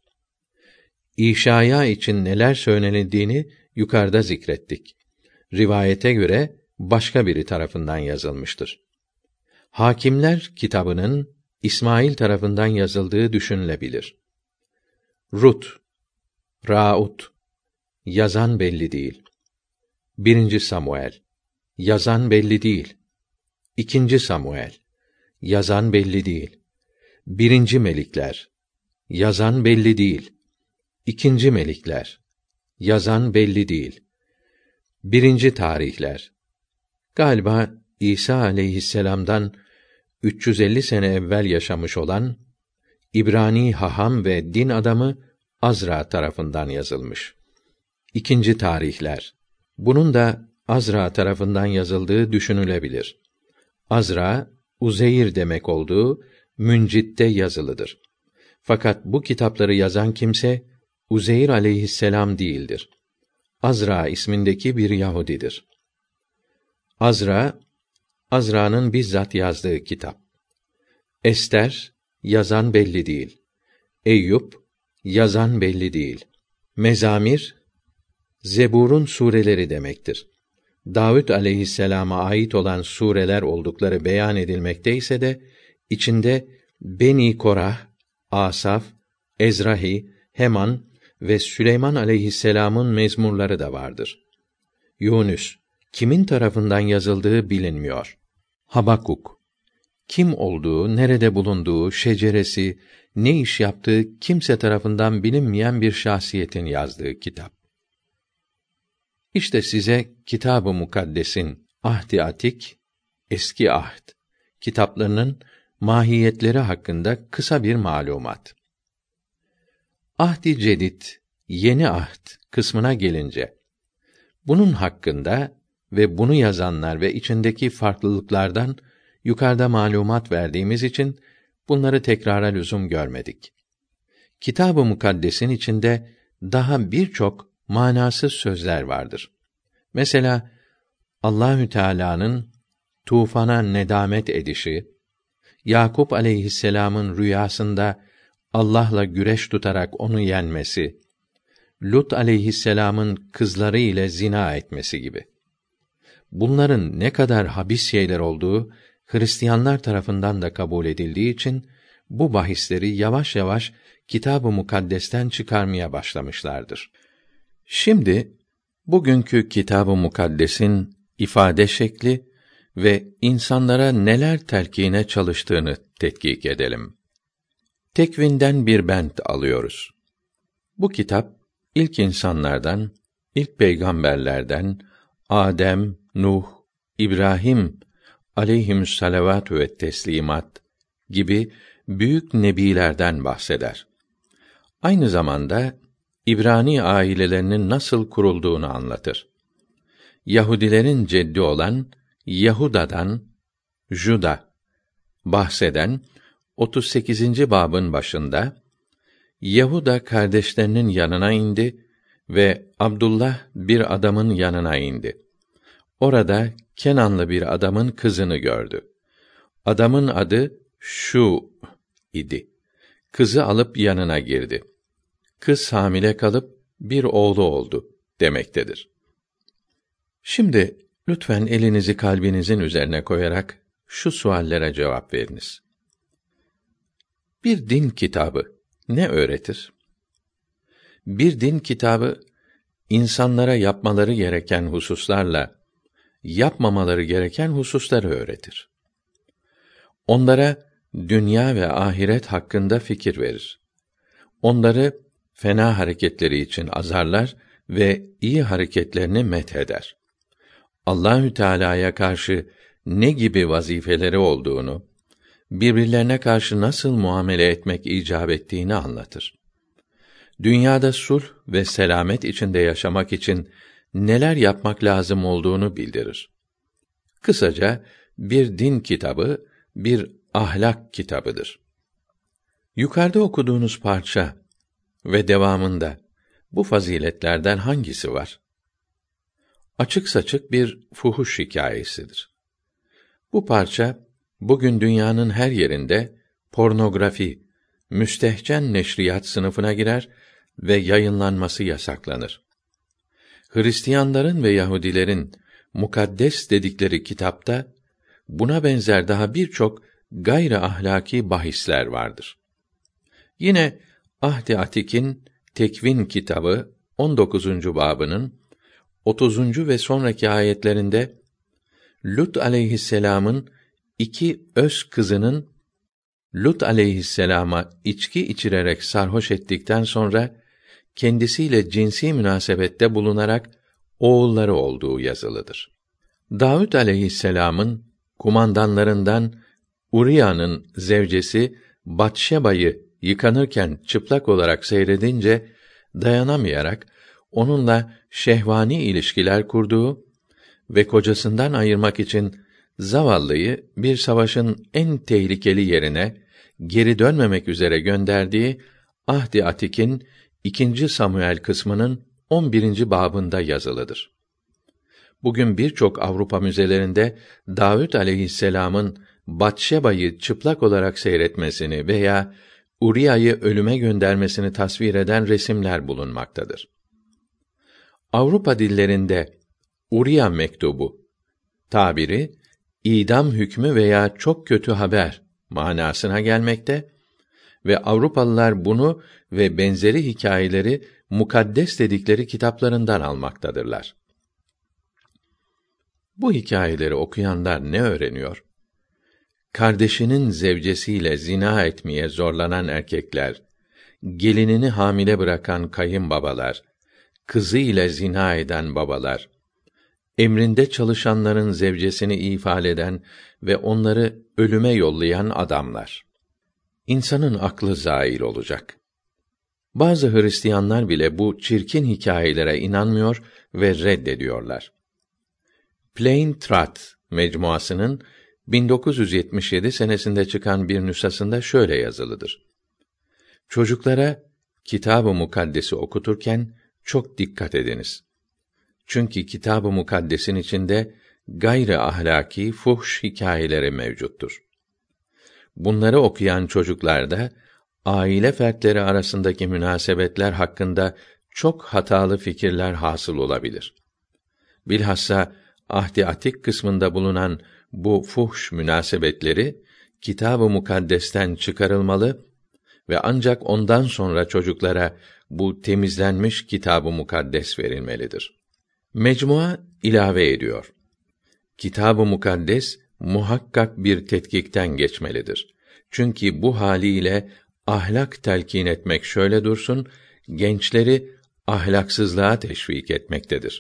İşaya için neler söylenildiğini yukarıda zikrettik. Rivayete göre başka biri tarafından yazılmıştır. Hakimler kitabının İsmail tarafından yazıldığı düşünülebilir. Rut, Raut, yazan belli değil. 1. Samuel, yazan belli değil. 2. Samuel, yazan belli değil. 1. Melikler, yazan belli değil. 2. Melikler, yazan belli değil. 1. Tarihler, galiba İsa aleyhisselam'dan 350 sene evvel yaşamış olan, İbrani haham ve din adamı Azra tarafından yazılmış. İkinci tarihler. Bunun da Azra tarafından yazıldığı düşünülebilir. Azra, Uzeyr demek olduğu Müncit'te yazılıdır. Fakat bu kitapları yazan kimse Uzeyr aleyhisselam değildir. Azra ismindeki bir Yahudidir. Azra'nın bizzat yazdığı kitap. Ester, yazan belli değil. Eyyub, yazan belli değil. Mezamir, Zebur'un sureleri demektir. Davud aleyhisselama ait olan sureler oldukları beyan edilmekte ise de içinde Beni Korah, Asaf, Ezrahi, Heman ve Süleyman aleyhisselamın mezmurları da vardır. Yunus, kimin tarafından yazıldığı bilinmiyor. Habakuk, kim olduğu, nerede bulunduğu, şeceresi, ne iş yaptığı kimse tarafından bilinmeyen bir şahsiyetin yazdığı kitap. İşte size Kitab-ı Mukaddes'in Ahd-i Atik, Eski Ahd kitaplarının mahiyetleri hakkında kısa bir malumat. Ahd-i Cedid, Yeni Ahd kısmına gelince, bunun hakkında ve bunu yazanlar ve içindeki farklılıklardan yukarıda malumat verdiğimiz için bunları tekrara lüzum görmedik. Kitab-ı Mukaddes'in içinde daha birçok manasız sözler vardır. Mesela Allahü Teala'nın tufana nedamet edişi, Yakup aleyhisselam'ın rüyasında Allah'la güreş tutarak onu yenmesi, Lut aleyhisselam'ın kızları ile zina etmesi gibi. Bunların ne kadar habis şeyler olduğu Hristiyanlar tarafından da kabul edildiği için bu bahisleri yavaş yavaş Kitab-ı Mukaddes'ten çıkarmaya başlamışlardır. Şimdi bugünkü Kitab-ı Mukaddes'in ifade şekli ve insanlara neler telkine çalıştığını tetkik edelim. Tekvîn'den bir bent alıyoruz. Bu kitap ilk insanlardan, ilk peygamberlerden Adem, Nuh, İbrahim aleyhimüsselavatü ve teslimat gibi büyük nebilerden bahseder. Aynı zamanda İbrani ailelerinin nasıl kurulduğunu anlatır. Yahudilerin ceddi olan Yahuda'dan, Juda bahseden 38. babın başında Yahuda kardeşlerinin yanına indi ve Abdullah bir adamın yanına indi. Orada Kenanlı bir adamın kızını gördü. Adamın adı Şu idi. Kızı alıp yanına girdi. Kız hamile kalıp bir oğlu oldu demektedir. Şimdi lütfen elinizi kalbinizin üzerine koyarak şu suallere cevap veriniz. Bir din kitabı ne öğretir? Bir din kitabı insanlara yapmaları gereken hususlarla yapmamaları gereken hususları öğretir. Onlara dünya ve ahiret hakkında fikir verir. Onları fena hareketleri için azarlar ve iyi hareketlerini metheder. Allahü Teala'ya karşı ne gibi vazifeleri olduğunu, birbirlerine karşı nasıl muamele etmek icap ettiğini anlatır. Dünyada sulh ve selamet içinde yaşamak için neler yapmak lazım olduğunu bildirir. Kısaca bir din kitabı, bir ahlak kitabıdır. Yukarıda okuduğunuz parça ve devamında bu faziletlerden hangisi var? Açık saçık bir fuhuş hikâyesidir. Bu parça bugün dünyanın her yerinde pornografi, müstehcen neşriyat sınıfına girer ve yayınlanması yasaklanır. Hristiyanların ve Yahudilerin mukaddes dedikleri kitapta buna benzer daha birçok gayri ahlaki bahisler vardır. Yine Ahd-i Atik'in Tekvin kitabı 19. babının 30. ve sonraki ayetlerinde Lut aleyhisselam'ın iki öz kızının Lut aleyhisselama içki içirerek sarhoş ettikten sonra kendisiyle cinsi münasebette bulunarak oğulları olduğu yazılıdır. Davud aleyhisselam'ın kumandanlarından Uriya'nın zevcesi Batşeba'yı yıkanırken çıplak olarak seyredince dayanamayarak onunla şehvani ilişkiler kurduğu ve kocasından ayırmak için zavallıyı bir savaşın en tehlikeli yerine geri dönmemek üzere gönderdiği Ahd-i Atik'in 2. Samuel kısmının 11. babında yazılıdır. Bugün birçok Avrupa müzelerinde Davud aleyhisselam'ın Batşeba'yı çıplak olarak seyretmesini veya Uriya'yı ölüme göndermesini tasvir eden resimler bulunmaktadır. Avrupa dillerinde Uriya mektubu tabiri idam hükmü veya çok kötü haber manasına gelmekte ve Avrupalılar bunu ve benzeri hikâyeleri mukaddes dedikleri kitaplarından almaktadırlar. Bu hikâyeleri okuyanlar ne öğreniyor? Kardeşinin zevcesiyle zina etmeye zorlanan erkekler, gelinini hamile bırakan kayınbabalar, kızı ile zina eden babalar, emrinde çalışanların zevcesini ifade eden ve onları ölüme yollayan adamlar. İnsanın aklı zâil olacak. Bazı Hristiyanlar bile bu çirkin hikâyelere inanmıyor ve reddediyorlar. Plain Truth mecmuasının 1977 senesinde çıkan bir nüshasında şöyle yazılıdır: Çocuklara Kitab-ı Mukaddes'i okuturken çok dikkat ediniz. Çünkü Kitab-ı Mukaddes'in içinde gayri ahlaki fuhş hikâyeleri mevcuttur. Bunları okuyan çocuklarda aile fertleri arasındaki münasebetler hakkında çok hatalı fikirler hasıl olabilir. Bilhassa Ahd-i Atik kısmında bulunan bu fuhş münasebetleri Kitab-ı Mukaddes'ten çıkarılmalı ve ancak ondan sonra çocuklara bu temizlenmiş Kitab-ı Mukaddes verilmelidir. Mecmua ilave ediyor: Kitab-ı Mukaddes muhakkak bir tetkikten geçmelidir. Çünkü bu haliyle ahlak telkin etmek şöyle dursun, gençleri ahlaksızlığa teşvik etmektedir.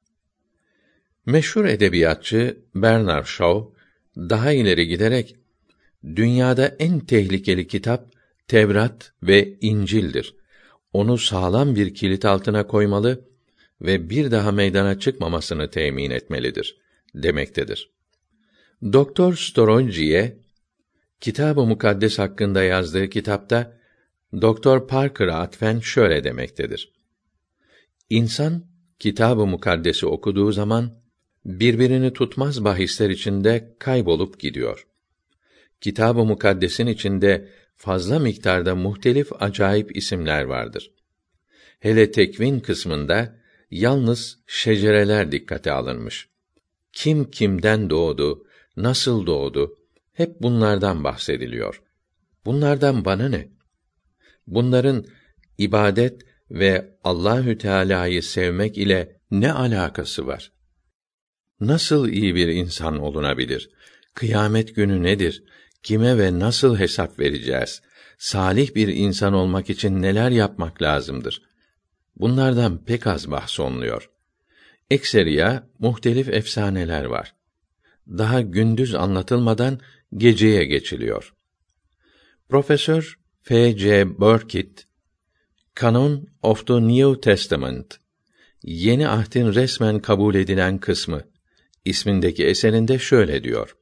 Meşhur edebiyatçı Bernard Shaw daha ileri giderek dünyada en tehlikeli kitap Tevrat ve İncil'dir. Onu sağlam bir kilit altına koymalı ve bir daha meydana çıkmamasını temin etmelidir demektedir. Doktor Storozhi'ye Kitab-ı Mukaddes hakkında yazdığı kitapta Doktor Parker'a atfen şöyle demektedir: İnsan Kitab-ı Mukaddes'i okuduğu zaman birbirini tutmaz bahisler içinde kaybolup gidiyor. Kitab-ı Mukaddes'in içinde fazla miktarda muhtelif acayip isimler vardır. Hele tekvin kısmında yalnız şecereler dikkate alınmış. Kim kimden doğdu, nasıl doğdu, hep bunlardan bahsediliyor. Bunlardan bana ne? Bunların ibadet ve Allahü Teala'yı sevmek ile ne alakası var? Nasıl iyi bir insan olunabilir? Kıyamet günü nedir? Kime ve nasıl hesap vereceğiz? Salih bir insan olmak için neler yapmak lazımdır? Bunlardan pek az bahsolunuyor. Ekseriya muhtelif efsaneler var. Daha gündüz anlatılmadan geceye geçiliyor. Profesör F.C. Burkitt, Canon of the New Testament, Yeni Ahdin resmen kabul edilen kısmı ismindeki eserinde şöyle diyor: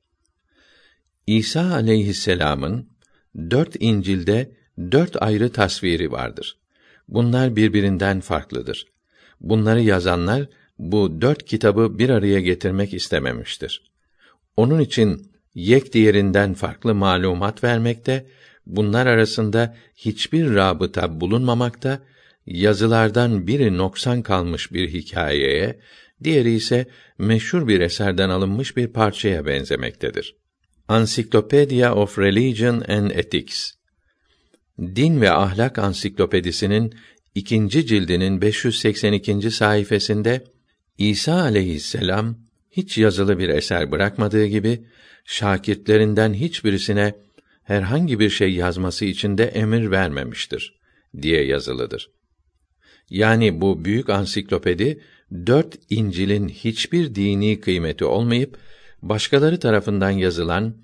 İsa aleyhisselam'ın 4 İncil'de 4 ayrı tasviri vardır. Bunlar birbirinden farklıdır. Bunları yazanlar bu 4 kitabı bir araya getirmek istememiştir. Onun için diğerinden farklı malumat vermekte, bunlar arasında hiçbir rabıta bulunmamakta, yazılardan biri noksan kalmış bir hikâyeye, diğeri ise meşhur bir eserden alınmış bir parçaya benzemektedir. Encyclopedia of Religion and Ethics, Din ve Ahlak Ansiklopedisinin 2. cildinin 582. sayfasında İsa aleyhisselam hiç yazılı bir eser bırakmadığı gibi şagirdlerinden hiçbirisine herhangi bir şey yazması için de emir vermemiştir diye yazılıdır. Yani bu büyük ansiklopedi 4 İncil'in hiçbir dini kıymeti olmayıp başkaları tarafından yazılan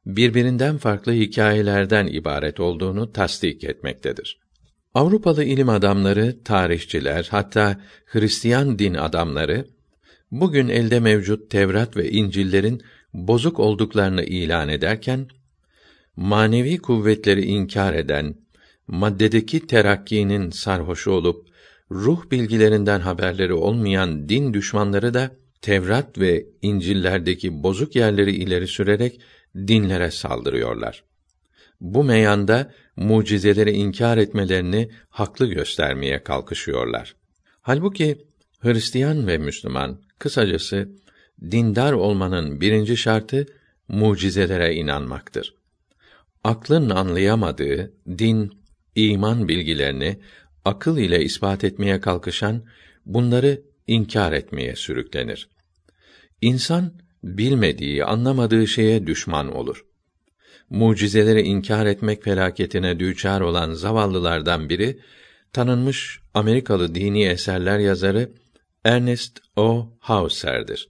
birbirinden farklı hikâyelerden ibaret olduğunu tasdik etmektedir. Avrupalı ilim adamları, tarihçiler, hatta Hristiyan din adamları, bugün elde mevcut Tevrat ve İncil'lerin bozuk olduklarını ilan ederken, manevi kuvvetleri inkar eden, maddedeki terakkinin sarhoşu olup, ruh bilgilerinden haberleri olmayan din düşmanları da, Tevrat ve İncil'lerdeki bozuk yerleri ileri sürerek, dinlere saldırıyorlar. Bu meyanda, mucizeleri inkar etmelerini haklı göstermeye kalkışıyorlar. Halbuki, Hristiyan ve Müslüman, kısacası, dindar olmanın birinci şartı, mucizelere inanmaktır. Aklın anlayamadığı din, iman bilgilerini akıl ile ispat etmeye kalkışan, bunları inkar etmeye sürüklenir. İnsan, bilmediği, anlamadığı şeye düşman olur. Mucizeleri inkar etmek felaketine düçar olan zavallılardan biri, tanınmış Amerikalı dini eserler yazarı Ernest O. Hauser'dir.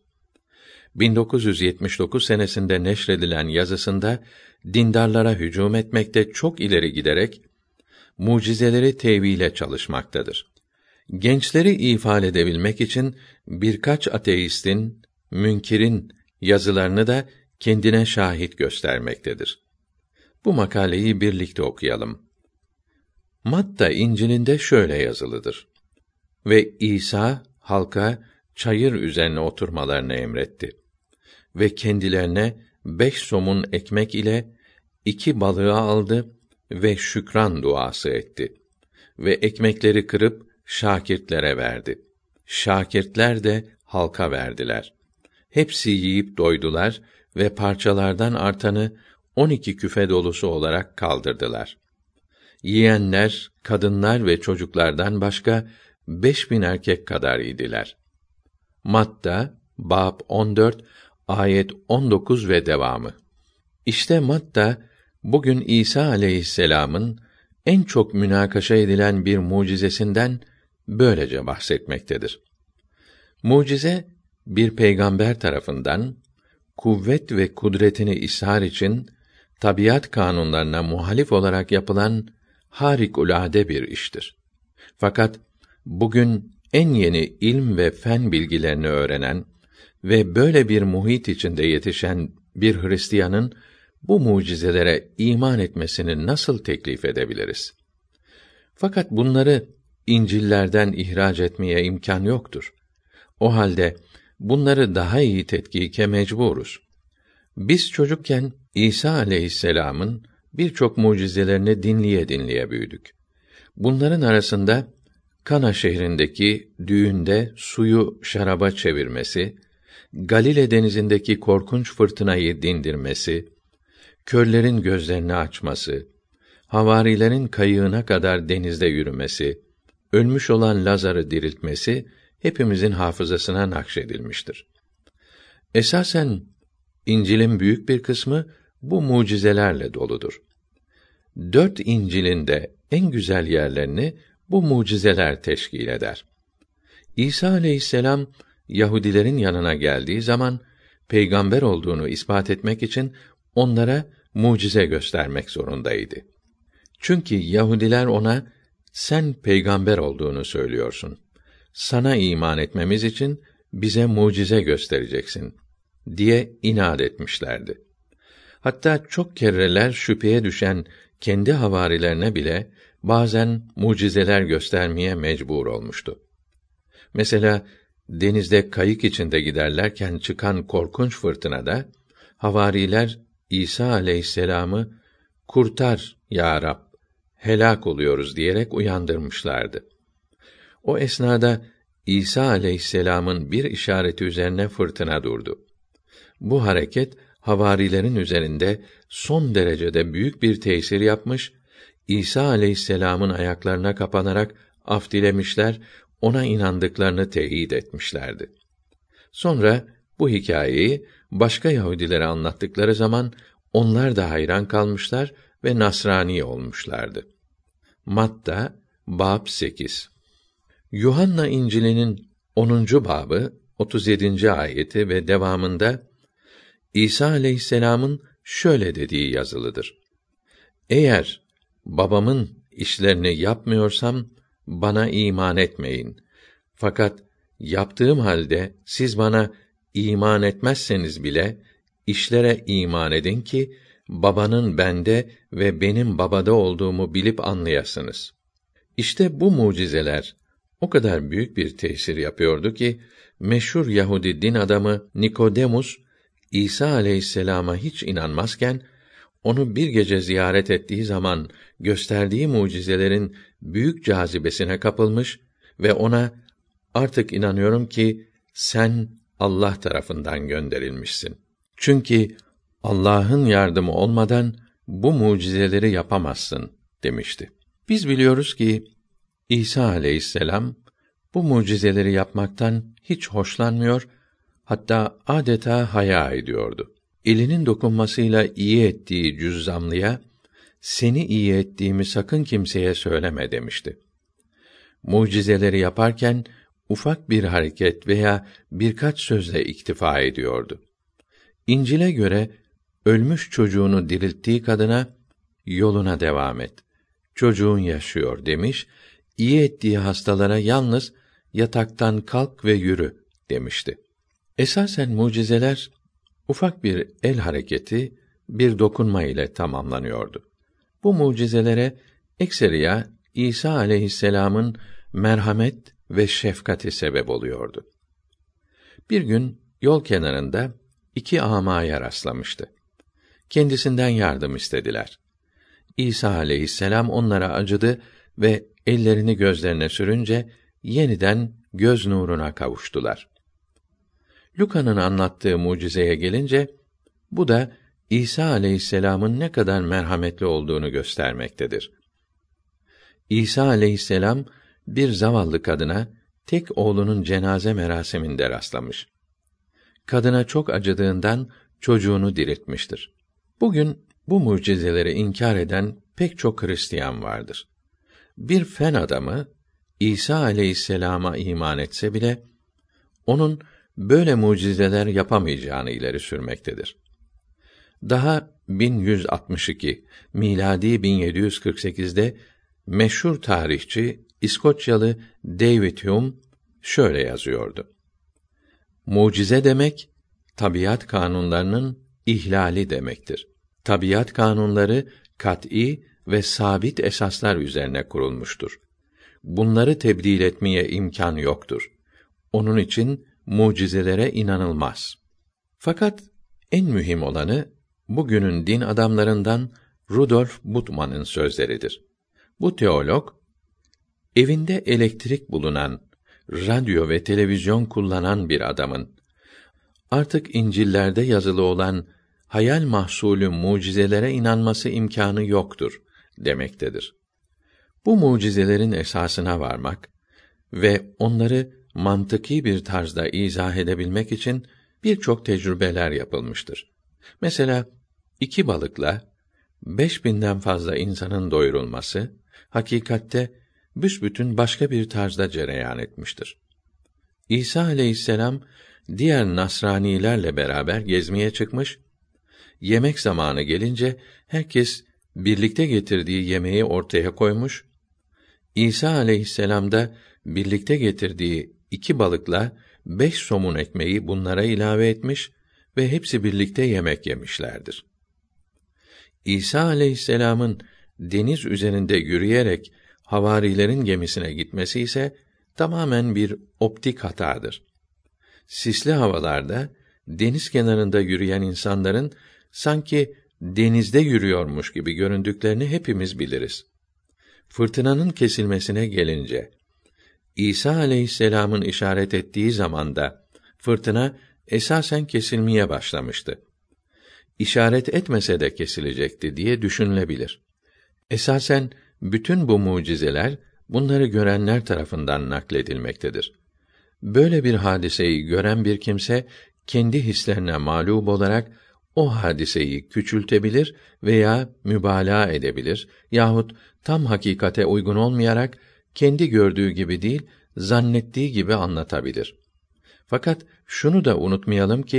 1979 senesinde neşredilen yazısında, dindarlara hücum etmekte çok ileri giderek, mucizeleri tevhile çalışmaktadır. Gençleri ifade edebilmek için, birkaç ateistin, münkirin yazılarını da kendine şahit göstermektedir. Bu makaleyi birlikte okuyalım. Matta İncil'inde şöyle yazılıdır: Ve İsa halka çayır üzerine oturmalarını emretti. Ve kendilerine 5 somun ekmek ile 2 balığı aldı ve şükran duası etti. Ve ekmekleri kırıp şakirtlere verdi. Şakirtler de halka verdiler. Hepsi yiyip doydular ve parçalardan artanı 12 küfe dolusu olarak kaldırdılar. Yiyenler, kadınlar ve çocuklardan başka 5000 erkek kadar idiler. Matta, bab 14, ayet 19 ve devamı. İşte Matta, bugün İsa aleyhisselam'ın en çok münakaşa edilen bir mucizesinden böylece bahsetmektedir. Mucize, bir peygamber tarafından, kuvvet ve kudretini ishar için, tabiat kanunlarına muhalif olarak yapılan harikulade bir iştir. Fakat, bugün en yeni ilm ve fen bilgilerini öğrenen ve böyle bir muhit içinde yetişen bir Hristiyanın, bu mucizelere iman etmesini nasıl teklif edebiliriz? Fakat bunları İncil'lerden ihraç etmeye imkân yoktur. O halde bunları daha iyi tetkike mecburuz. Biz çocukken İsa aleyhisselam'ın birçok mucizelerini dinleye dinleye büyüdük. Bunların arasında Kana şehrindeki düğünde suyu şaraba çevirmesi, Galile denizindeki korkunç fırtınayı dindirmesi, körlerin gözlerini açması, havarilerin kayığına kadar denizde yürümesi, ölmüş olan Lazar'ı diriltmesi hepimizin hafızasına nakşedilmiştir. Esasen İncil'in büyük bir kısmı bu mucizelerle doludur. 4 İncil'in de en güzel yerlerini bu mucizeler teşkil eder. İsa aleyhisselam Yahudilerin yanına geldiği zaman peygamber olduğunu ispat etmek için onlara mucize göstermek zorundaydı. Çünkü Yahudiler ona sen peygamber olduğunu söylüyorsun. Sana iman etmemiz için bize mucize göstereceksin diye inat etmişlerdi. Hatta çok kereler şüpheye düşen kendi havarilerine bile bazen mucizeler göstermeye mecbur olmuştu. Mesela denizde kayık içinde giderlerken çıkan korkunç fırtınada havariler İsa aleyhisselam'ı kurtar ya Rab, helak oluyoruz diyerek uyandırmışlardı. O esnada İsa aleyhisselam'ın bir işareti üzerine fırtına durdu. Bu hareket havarilerin üzerinde son derecede büyük bir tesir yapmış, İsa aleyhisselam'ın ayaklarına kapanarak af dilemişler, ona inandıklarını teyit etmişlerdi. Sonra bu hikâyeyi başka Yahudilere anlattıkları zaman onlar da hayran kalmışlar ve Nasrani olmuşlardı. Matta bab 8. Yuhanna İncil'inin 10. babı 37. ayeti ve devamında İsa aleyhisselam'ın şöyle dediği yazılıdır: Eğer babamın işlerini yapmıyorsam bana iman etmeyin. Fakat yaptığım halde siz bana iman etmezseniz bile işlere iman edin ki babanın bende ve benim babada olduğumu bilip anlayasınız. İşte bu mucizeler o kadar büyük bir tesir yapıyordu ki meşhur Yahudi din adamı Nikodemus İsa aleyhisselama hiç inanmazken onu bir gece ziyaret ettiği zaman gösterdiği mucizelerin büyük cazibesine kapılmış ve ona artık inanıyorum ki sen Allah tarafından gönderilmişsin. Çünkü Allah'ın yardımı olmadan bu mucizeleri yapamazsın demişti. Biz biliyoruz ki İsa aleyhisselam bu mucizeleri yapmaktan hiç hoşlanmıyor, hatta adeta haya ediyordu. Elinin dokunmasıyla iyi ettiği cüzzamlıya, seni iyi ettiğimi sakın kimseye söyleme demişti. Mucizeleri yaparken, ufak bir hareket veya birkaç sözle iktifa ediyordu. İncil'e göre, ölmüş çocuğunu dirilttiği kadına, yoluna devam et, çocuğun yaşıyor demiş, iyi ettiği hastalara yalnız, yataktan kalk ve yürü demişti. Esasen mucizeler, ufak bir el hareketi, bir dokunma ile tamamlanıyordu. Bu mucizelere ekseriya İsa aleyhisselam'ın merhamet ve şefkati sebep oluyordu. Bir gün yol kenarında iki âmaya rastlamıştı. Kendisinden yardım istediler. İsa aleyhisselam onlara acıdı ve ellerini gözlerine sürünce yeniden göz nuruna kavuştular. Luka'nın anlattığı mucizeye gelince, bu da İsa aleyhisselam'ın ne kadar merhametli olduğunu göstermektedir. İsa aleyhisselam bir zavallı kadına tek oğlunun cenaze merasiminde rastlamış. Kadına çok acıdığından çocuğunu diriltmiştir. Bugün bu mucizeleri inkar eden pek çok Hristiyan vardır. Bir fen adamı İsa aleyhisselama iman etse bile onun böyle mucizeler yapamayacağını ileri sürmektedir. Daha 1162 miladi 1748'de meşhur tarihçi İskoçyalı David Hume şöyle yazıyordu: Mucize demek tabiat kanunlarının ihlali demektir. Tabiat kanunları kat'î ve sabit esaslar üzerine kurulmuştur. Bunları tebdil etmeye imkan yoktur. Onun için mucizelere inanılmaz. Fakat en mühim olanı bugünün din adamlarından Rudolf Bultmann'ın sözleridir. Bu teolog, evinde elektrik bulunan, radyo ve televizyon kullanan bir adamın artık İncil'lerde yazılı olan hayal mahsulü mucizelere inanması imkânı yoktur demektedir. Bu mucizelerin esasına varmak ve onları mantıki bir tarzda izah edebilmek için birçok tecrübeler yapılmıştır. Mesela 2 balıkla 5000'den fazla insanın doyurulması hakikatte büsbütün başka bir tarzda cereyan etmiştir. İsa aleyhisselam diğer Nasranilerle beraber gezmeye çıkmış, yemek zamanı gelince herkes birlikte getirdiği yemeği ortaya koymuş, İsa aleyhisselam da birlikte getirdiği 2 balıkla 5 somun ekmeği bunlara ilave etmiş ve hepsi birlikte yemek yemişlerdir. İsa aleyhisselam'ın deniz üzerinde yürüyerek havarilerin gemisine gitmesi ise tamamen bir optik hatadır. Sisli havalarda deniz kenarında yürüyen insanların sanki denizde yürüyormuş gibi göründüklerini hepimiz biliriz. Fırtınanın kesilmesine gelince, İsa aleyhisselam'ın işaret ettiği zamanda fırtına esasen kesilmeye başlamıştı. İşaret etmese de kesilecekti diye düşünülebilir. Esasen bütün bu mucizeler bunları görenler tarafından nakledilmektedir. Böyle bir hadiseyi gören bir kimse kendi hislerine mağlup olarak o hadiseyi küçültebilir veya mübalağa edebilir yahut tam hakikate uygun olmayarak kendi gördüğü gibi değil, zannettiği gibi anlatabilir. Fakat şunu da unutmayalım ki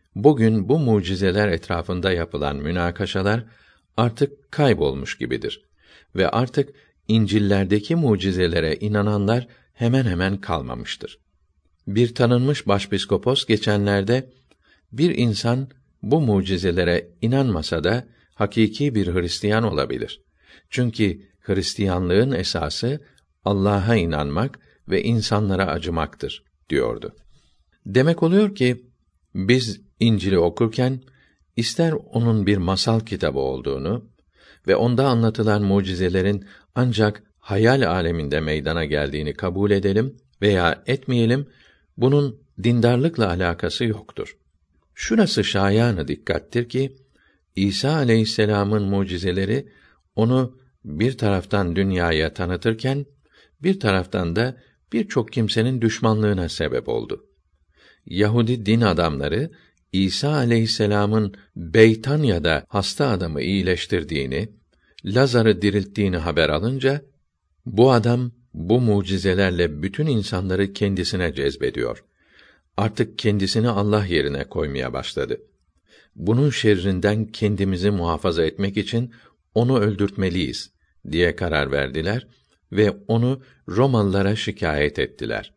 bugün bu mucizeler etrafında yapılan münakaşalar artık kaybolmuş gibidir ve artık İncil'lerdeki mucizelere inananlar hemen hemen kalmamıştır. Bir tanınmış başpiskopos geçenlerde bir insan bu mucizelere inanmasa da hakiki bir Hristiyan olabilir. Çünkü Hristiyanlığın esası Allah'a inanmak ve insanlara acımaktır diyordu. Demek oluyor ki biz İncil'i okurken ister onun bir masal kitabı olduğunu ve onda anlatılan mucizelerin ancak hayal aleminde meydana geldiğini kabul edelim veya etmeyelim, bunun dindarlıkla alakası yoktur. Şurası şayanı dikkattir ki İsa aleyhisselam'ın mucizeleri onu bir taraftan dünyaya tanıtırken bir taraftan da birçok kimsenin düşmanlığına sebep oldu. Yahudi din adamları İsa aleyhisselam'ın Beytanya'da hasta adamı iyileştirdiğini, Lazar'ı dirilttiğini haber alınca bu adam bu mucizelerle bütün insanları kendisine cezbediyor. Artık kendisini Allah yerine koymaya başladı. Bunun şerrinden kendimizi muhafaza etmek için onu öldürtmeliyiz diye karar verdiler ve onu Romalılara şikayet ettiler.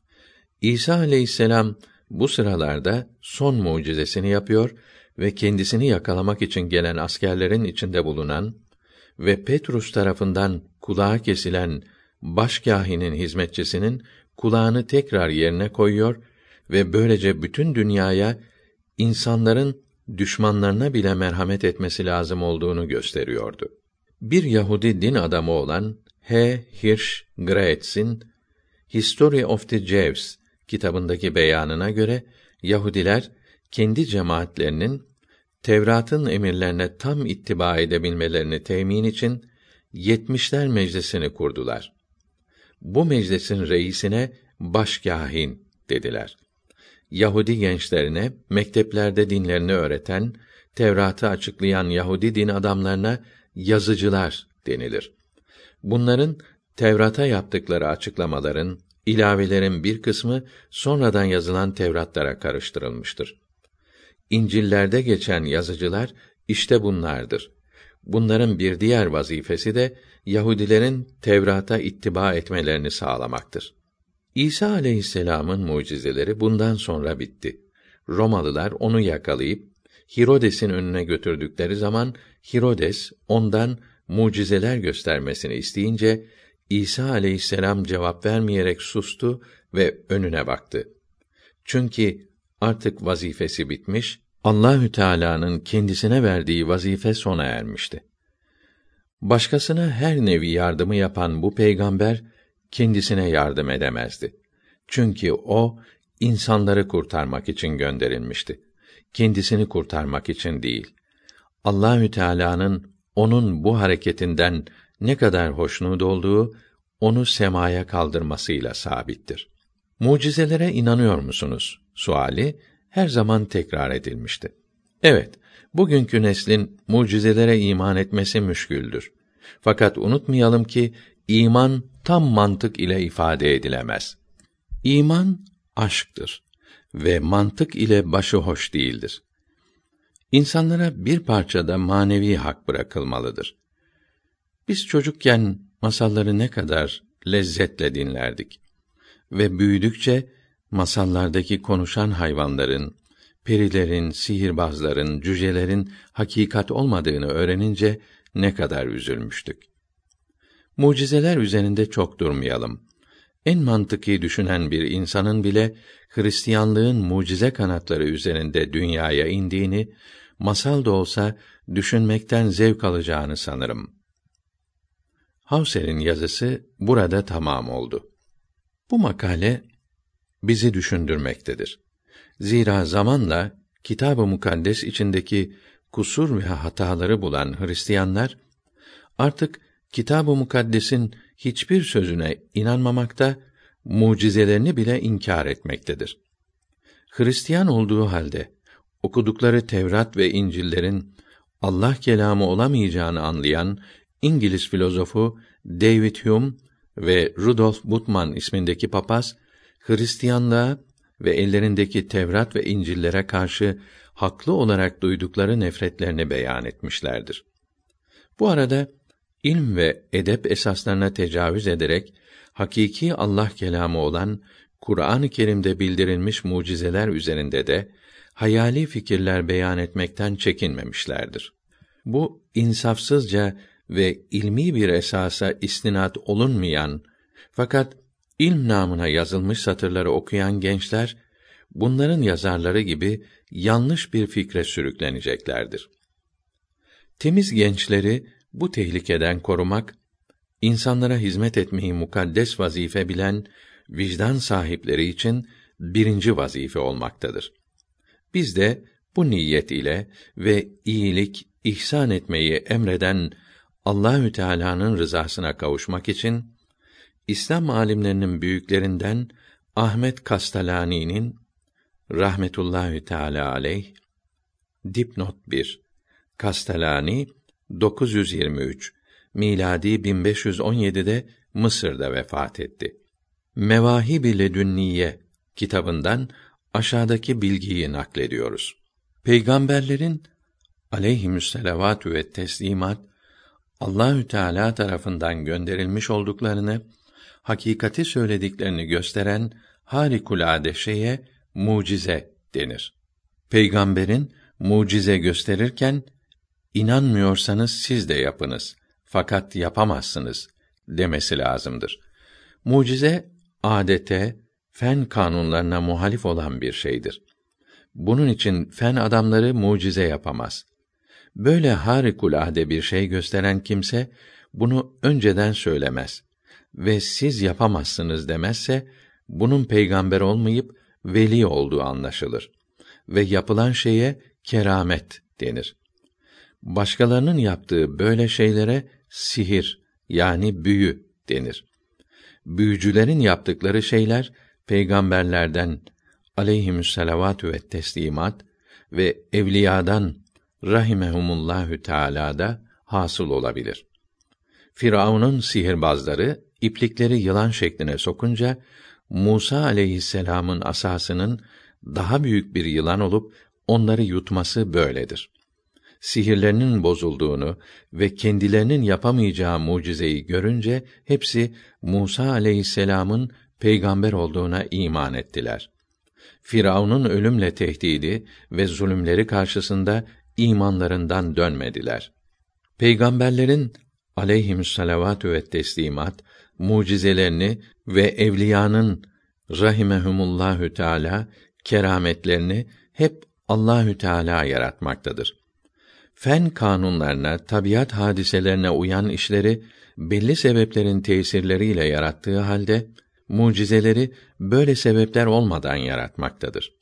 İsa aleyhisselam bu sıralarda son mucizesini yapıyor ve kendisini yakalamak için gelen askerlerin içinde bulunan ve Petrus tarafından kulağı kesilen başkâhinin hizmetçisinin kulağını tekrar yerine koyuyor ve böylece bütün dünyaya insanların düşmanlarına bile merhamet etmesi lazım olduğunu gösteriyordu. Bir Yahudi din adamı olan H. Hirsch Graetz'in History of the Jews kitabındaki beyanına göre Yahudiler kendi cemaatlerinin Tevrat'ın emirlerine tam ittiba edebilmelerini temin için 70'ler meclisini kurdular. Bu meclisin reisine başkâhin dediler. Yahudi gençlerine mekteplerde dinlerini öğreten, Tevrat'ı açıklayan Yahudi din adamlarına yazıcılar denilir. Bunların Tevrat'a yaptıkları açıklamaların, ilavelerin bir kısmı sonradan yazılan Tevratlara karıştırılmıştır. İncil'lerde geçen yazıcılar işte bunlardır. Bunların bir diğer vazifesi de Yahudilerin Tevrat'a ittiba etmelerini sağlamaktır. İsa aleyhisselam'ın mucizeleri bundan sonra bitti. Romalılar onu yakalayıp Hirodes'in önüne götürdükleri zaman Hirodes ondan mucizeler göstermesini isteyince İsa aleyhisselam cevap vermeyerek sustu ve önüne baktı. Çünkü artık vazifesi bitmiş, Allahü Teala'nın kendisine verdiği vazife sona ermişti. Başkasına her nevi yardımı yapan bu peygamber kendisine yardım edemezdi. Çünkü o insanları kurtarmak için gönderilmişti. Kendisini kurtarmak için değil. Allahü Teala'nın onun bu hareketinden ne kadar hoşnut olduğu onu semaya kaldırmasıyla sabittir. Mucizelere inanıyor musunuz? Suali her zaman tekrar edilmişti. Evet, bugünkü neslin mucizelere iman etmesi müşküldür. Fakat unutmayalım ki iman tam mantık ile ifade edilemez. İman aşktır ve mantık ile başıhoş değildir. İnsanlara bir parçada manevi hak bırakılmalıdır. Biz çocukken masalları ne kadar lezzetle dinlerdik ve büyüdükçe masallardaki konuşan hayvanların, perilerin, sihirbazların, cücelerin hakikat olmadığını öğrenince ne kadar üzülmüştük. Mucizeler üzerinde çok durmayalım. En mantıki düşünen bir insanın bile Hristiyanlığın mucize kanatları üzerinde dünyaya indiğini, masal da olsa düşünmekten zevk alacağını sanırım. Hauser'in yazısı burada tamam oldu. Bu makale bizi düşündürmektedir. Zira zamanla Kitab-ı Mukaddes içindeki kusur ve hataları bulan Hristiyanlar artık Kitab-ı Mukaddes'in hiçbir sözüne inanmamakta, mucizelerini bile inkar etmektedir. Hristiyan olduğu halde okudukları Tevrat ve İncil'lerin Allah kelamı olamayacağını anlayan İngiliz filozofu David Hume ve Rudolf Bultmann ismindeki papaz Hristiyanlığa ve ellerindeki Tevrat ve İncil'lere karşı haklı olarak duydukları nefretlerini beyan etmişlerdir. Bu arada ilm ve edep esaslarına tecavüz ederek hakiki Allah kelamı olan Kur'an-ı Kerim'de bildirilmiş mucizeler üzerinde de hayali fikirler beyan etmekten çekinmemişlerdir. Bu insafsızca ve ilmi bir esasa istinad olunmayan fakat ilm namına yazılmış satırları okuyan gençler bunların yazarları gibi yanlış bir fikre sürükleneceklerdir. Temiz gençleri bu tehlikeden korumak, insanlara hizmet etmeyi mukaddes vazife bilen vicdan sahipleri için birinci vazife olmaktadır. Biz de bu niyet ile ve iyilik, ihsan etmeyi emreden Allahü Teala'nın rızasına kavuşmak için İslam alimlerinin büyüklerinden Ahmet Kastalani'nin rahmetullahi teala aleyh dipnot 1 Kastalani 923 miladi 1517'de Mısır'da vefat etti. Mevâhib-i Ledünniye kitabından aşağıdaki bilgiyi naklediyoruz. Peygamberlerin aleyhimüsselavatü ve teslimat Allahü Teala tarafından gönderilmiş olduklarını, hakikati söylediklerini gösteren harikulade şeye mucize denir. Peygamberin mucize gösterirken inanmıyorsanız siz de yapınız fakat yapamazsınız demesi lazımdır. Mucize adete, fen kanunlarına muhalif olan bir şeydir. Bunun için fen adamları mucize yapamaz. Böyle harikulade bir şey gösteren kimse bunu önceden söylemez ve siz yapamazsınız demezse bunun peygamber olmayıp veli olduğu anlaşılır ve yapılan şeye keramet denir. Başkalarının yaptığı böyle şeylere sihir yani büyü denir. Büyücülerin yaptıkları şeyler peygamberlerden aleyhimüsselavatü ve teslimat ve evliyadan rahimehumullahü teâlâ'da hasıl olabilir. Firavun'un sihirbazları iplikleri yılan şekline sokunca Musa aleyhisselam'ın asasının daha büyük bir yılan olup onları yutması böyledir. Sihirlerinin bozulduğunu ve kendilerinin yapamayacağı mucizeyi görünce hepsi Musa aleyhisselam'ın peygamber olduğuna iman ettiler. Firavun'un ölümle tehdidi ve zulümleri karşısında imanlarından dönmediler. Peygamberlerin aleyhimüsselavatü ve teslimat mucizelerini ve evliyanın rahimehumullahü teâlâ kerametlerini hep Allahü Teala yaratmaktadır. Fen kanunlarına, tabiat hadiselerine uyan işleri belli sebeplerin tesirleriyle yarattığı halde mucizeleri böyle sebepler olmadan yaratmaktadır.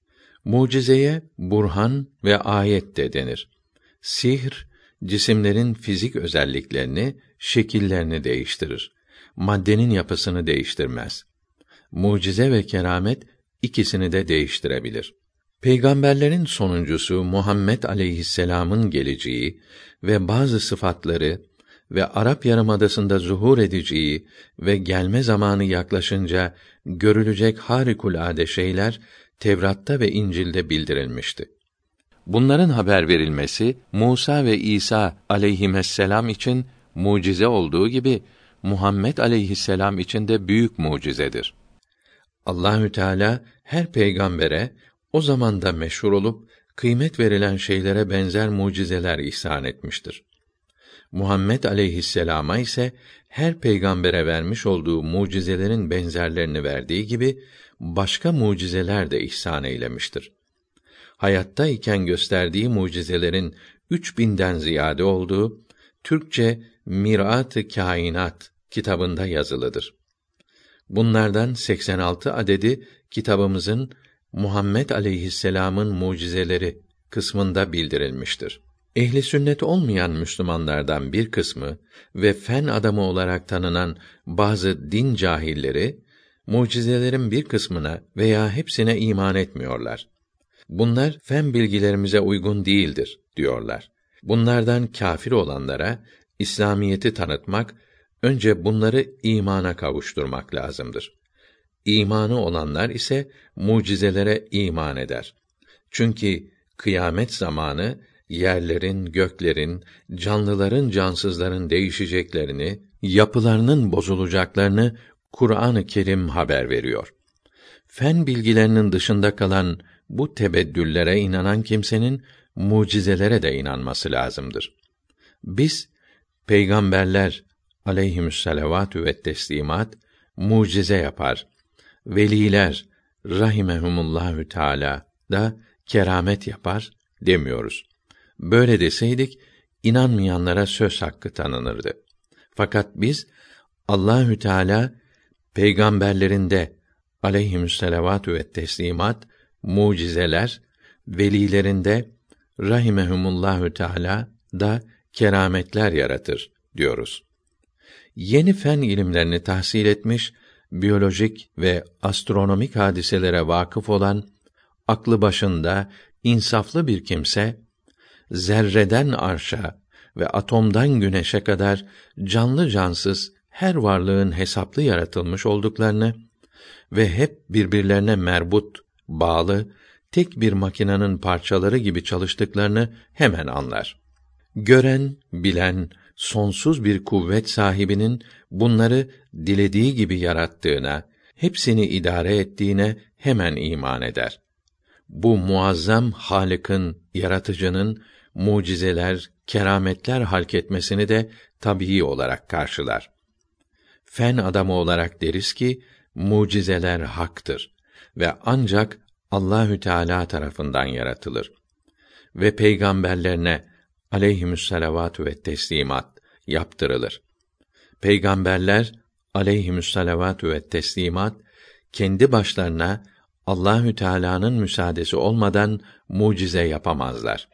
Mucizeye burhan ve ayet de denir. Sihr cisimlerin fizik özelliklerini, şekillerini değiştirir. Maddenin yapısını değiştirmez. Mucize ve keramet ikisini de değiştirebilir. Peygamberlerin sonuncusu Muhammed aleyhisselam'ın geleceği ve bazı sıfatları ve Arap Yarımadası'nda zuhur edeceği ve gelme zamanı yaklaşınca görülecek harikulade şeyler Tevrat'ta ve İncil'de bildirilmişti. Bunların haber verilmesi Musa ve İsa aleyhisselam için mucize olduğu gibi Muhammed aleyhisselam için de büyük mucizedir. Allahü Teala her peygambere o zamanda meşhur olup kıymet verilen şeylere benzer mucizeler ihsan etmiştir. Muhammed aleyhisselama ise her peygambere vermiş olduğu mucizelerin benzerlerini verdiği gibi başka mucizeler de ihsan eylemiştir. Hayatta iken gösterdiği mucizelerin 3000'den ziyade olduğu Türkçe Mirat-ı Kainat kitabında yazılıdır. Bunlardan 86 adedi kitabımızın Muhammed aleyhisselam'ın mucizeleri kısmında bildirilmiştir. Ehli sünnet olmayan Müslümanlardan bir kısmı ve fen adamı olarak tanınan bazı din cahilleri mucizelerin bir kısmına veya hepsine iman etmiyorlar. Bunlar fen bilgilerimize uygun değildir diyorlar. Bunlardan kâfir olanlara İslamiyeti tanıtmak, önce bunları imana kavuşturmak lazımdır. İmanı olanlar ise mucizelere iman eder. Çünkü kıyamet zamanı yerlerin, göklerin, canlıların, cansızların değişeceklerini, yapılarının bozulacaklarını Kur'an-ı Kerim haber veriyor. Fen bilgilerinin dışında kalan bu tebeddüllere inanan kimsenin mucizelere de inanması lazımdır. Biz peygamberler aleyhimüsselavatü ve teslimat mucize yapar. Veliler rahimehumullahü teâlâ da keramet yapar demiyoruz. Böyle deseydik inanmayanlara söz hakkı tanınırdı. Fakat biz Allahü Teala peygamberlerinde aleyhimüsselavatü ve teslimat mucizeler, velilerinde rahimehumullahü teâlâ da kerametler yaratır diyoruz. Yeni fen ilimlerini tahsil etmiş, biyolojik ve astronomik hadiselere vakıf olan, aklı başında, insaflı bir kimse, zerreden arşa ve atomdan güneşe kadar canlı cansız her varlığın hesaplı yaratılmış olduklarını ve hep birbirlerine merbut, bağlı, tek bir makinenin parçaları gibi çalıştıklarını hemen anlar. Gören, bilen, sonsuz bir kuvvet sahibinin bunları dilediği gibi yarattığına, hepsini idare ettiğine hemen iman eder. Bu muazzam Hâlık'ın, yaratıcının mucizeler, kerametler halketmesini de tabii olarak karşılar. Fen adamı olarak deriz ki mucizeler haktır ve ancak Allahü Teala tarafından yaratılır ve peygamberlerine aleyhimüsselavatü ve teslimat yaptırılır. Peygamberler aleyhimüsselavatü ve teslimat kendi başlarına Allahü Teala'nın müsaadesi olmadan mucize yapamazlar.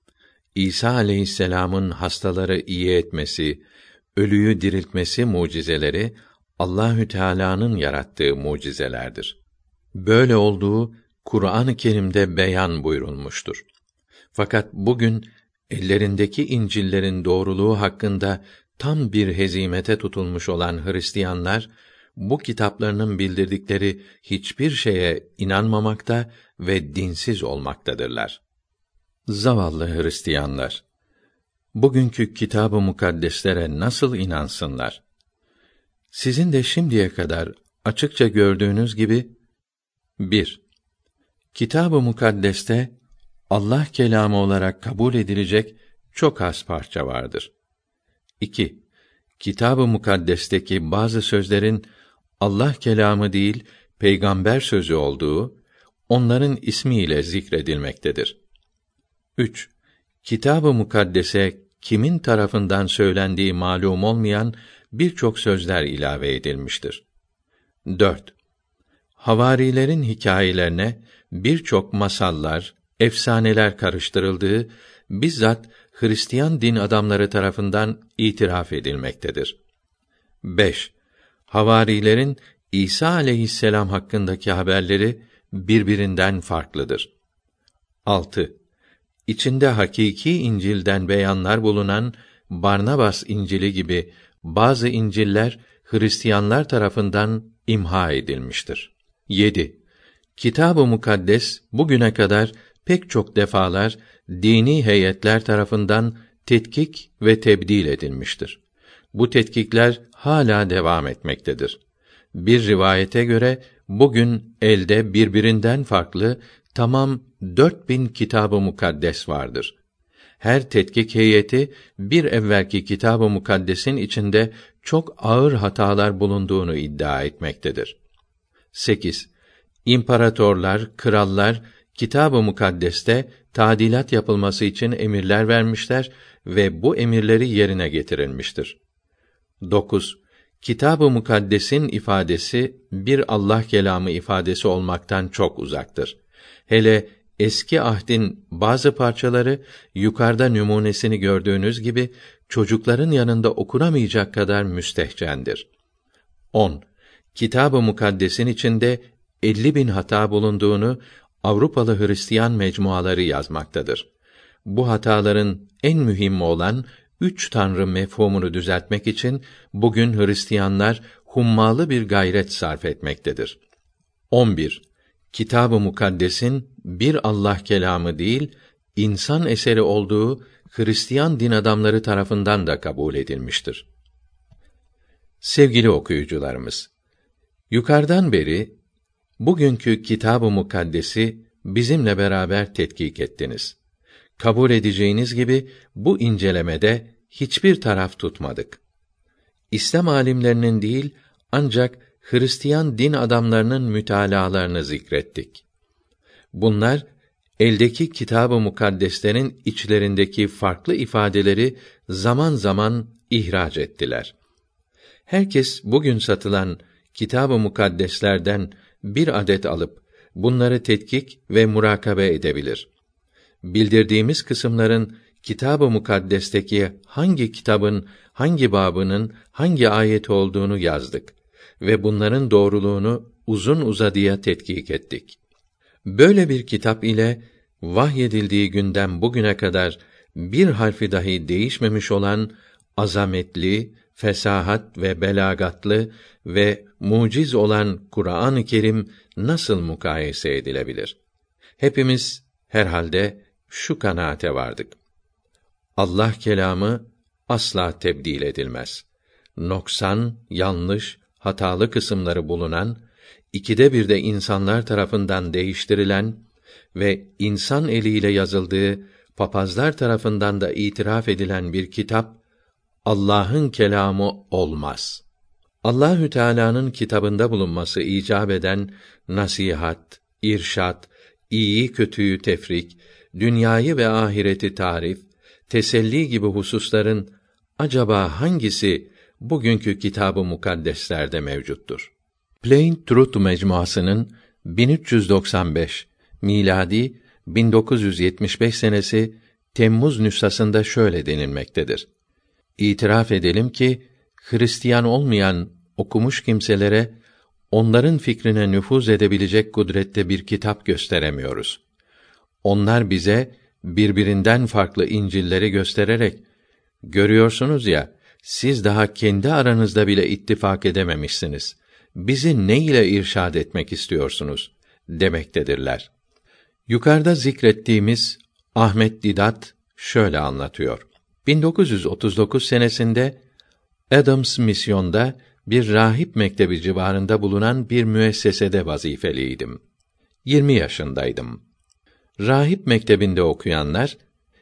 İsa aleyhisselam'ın hastaları iyi etmesi, ölüyü diriltmesi mucizeleri Allahü Teala'nın yarattığı mucizelerdir. Böyle olduğu Kur'an-ı Kerim'de beyan buyurulmuştur. Fakat bugün ellerindeki İncil'lerin doğruluğu hakkında tam bir hezimete tutulmuş olan Hristiyanlar, bu kitaplarının bildirdikleri hiçbir şeye inanmamakta ve dinsiz olmaktadırlar. Zavallı Hristiyanlar! Bugünkü Kitab-ı Mukaddeslere nasıl inansınlar? Sizin de şimdiye kadar açıkça gördüğünüz gibi, 1. Kitab-ı Mukaddes'te Allah kelamı olarak kabul edilecek çok az parça vardır. 2. Kitab-ı Mukaddes'teki bazı sözlerin Allah kelamı değil, peygamber sözü olduğu, onların ismiyle zikredilmektedir. 3. Kitab-ı Mukaddes'e kimin tarafından söylendiği malum olmayan birçok sözler ilave edilmiştir. 4. Havarilerin hikâyelerine birçok masallar, efsaneler karıştırıldığı bizzat Hristiyan din adamları tarafından itiraf edilmektedir. 5. Havarilerin İsa aleyhisselam hakkındaki haberleri birbirinden farklıdır. 6. İçinde hakiki İncil'den beyanlar bulunan Barnabas İncil'i gibi bazı İncil'ler Hristiyanlar tarafından imha edilmiştir. 7. Kitab-ı Mukaddes bugüne kadar pek çok defalar dini heyetler tarafından tetkik ve tebdil edilmiştir. Bu tetkikler hala devam etmektedir. Bir rivayete göre bugün elde birbirinden farklı tamam 4000 Kitab-ı Mukaddes vardır. Her tetkik heyeti bir evvelki Kitab-ı Mukaddes'in içinde çok ağır hatalar bulunduğunu iddia etmektedir. 8. İmparatorlar, krallar Kitab-ı Mukaddes'te tadilat yapılması için emirler vermişler ve bu emirleri yerine getirilmiştir. 9. Kitab-ı Mukaddes'in ifadesi bir Allah kelamı ifadesi olmaktan çok uzaktır. Hele eski ahdin bazı parçaları yukarıda numunesini gördüğünüz gibi çocukların yanında okunamayacak kadar müstehcendir. 10. Kitab-ı Mukaddes'in içinde 50.000 hata bulunduğunu Avrupalı Hristiyan mecmuaları yazmaktadır. Bu hataların en mühimi olan 3 tanrı mefhumunu düzeltmek için bugün Hristiyanlar hummalı bir gayret sarf etmektedir. 11. Kitab-ı Mukaddes'in bir Allah kelamı değil, insan eseri olduğu Hristiyan din adamları tarafından da kabul edilmiştir. Sevgili okuyucularımız, yukarıdan beri bugünkü Kitab-ı Mukaddes'i bizimle beraber tetkik ettiniz. Kabul edeceğiniz gibi bu incelemede hiçbir taraf tutmadık. İslam âlimlerinin değil, ancak Hristiyan din adamlarının mütalaalarını zikrettik. Bunlar, eldeki Kitab-ı Mukaddeslerin içlerindeki farklı ifadeleri zaman zaman ihraç ettiler. Herkes bugün satılan Kitab-ı Mukaddeslerden bir adet alıp bunları tetkik ve murakabe edebilir. Bildirdiğimiz kısımların Kitab-ı Mukaddes'teki hangi kitabın, hangi babının, hangi ayeti olduğunu yazdık ve bunların doğruluğunu uzun uzadıya tetkik ettik. Böyle bir kitap ile vahyedildiği günden bugüne kadar bir harfi dahi değişmemiş olan azametli, fesahat ve belagatlı ve muciz olan Kur'an-ı Kerim nasıl mukayese edilebilir? Hepimiz herhalde şu kanaate vardık. Allah kelamı asla tebdil edilmez. Noksan, yanlış, hatalı kısımları bulunan, 1/2 insanlar tarafından değiştirilen ve insan eliyle yazıldığı, papazlar tarafından da itiraf edilen bir kitap, Allah'ın kelamı olmaz. Allahü Teala'nın kitabında bulunması icap eden nasihat, irşad, iyiyi kötüyü tefrik, dünyayı ve ahireti tarif, teselli gibi hususların acaba hangisi bugünkü Kitab-ı Mukaddeslerde mevcuttur? Plain Truth mecmuasının 1395 miladi 1975 senesi Temmuz nüshasında şöyle denilmektedir. İtiraf edelim ki Hristiyan olmayan okumuş kimselere onların fikrine nüfuz edebilecek kudrette bir kitap gösteremiyoruz. Onlar bize birbirinden farklı İncil'leri göstererek, görüyorsunuz ya, siz daha kendi aranızda bile ittifak edememişsiniz. Bizi ne ile irşad etmek istiyorsunuz demektedirler. Yukarıda zikrettiğimiz Ahmet Didat şöyle anlatıyor. 1939 senesinde Adams misyonda bir rahip mektebi civarında bulunan bir müessesede vazifeliydim. 20 yaşındaydım. Rahip mektebinde okuyanlar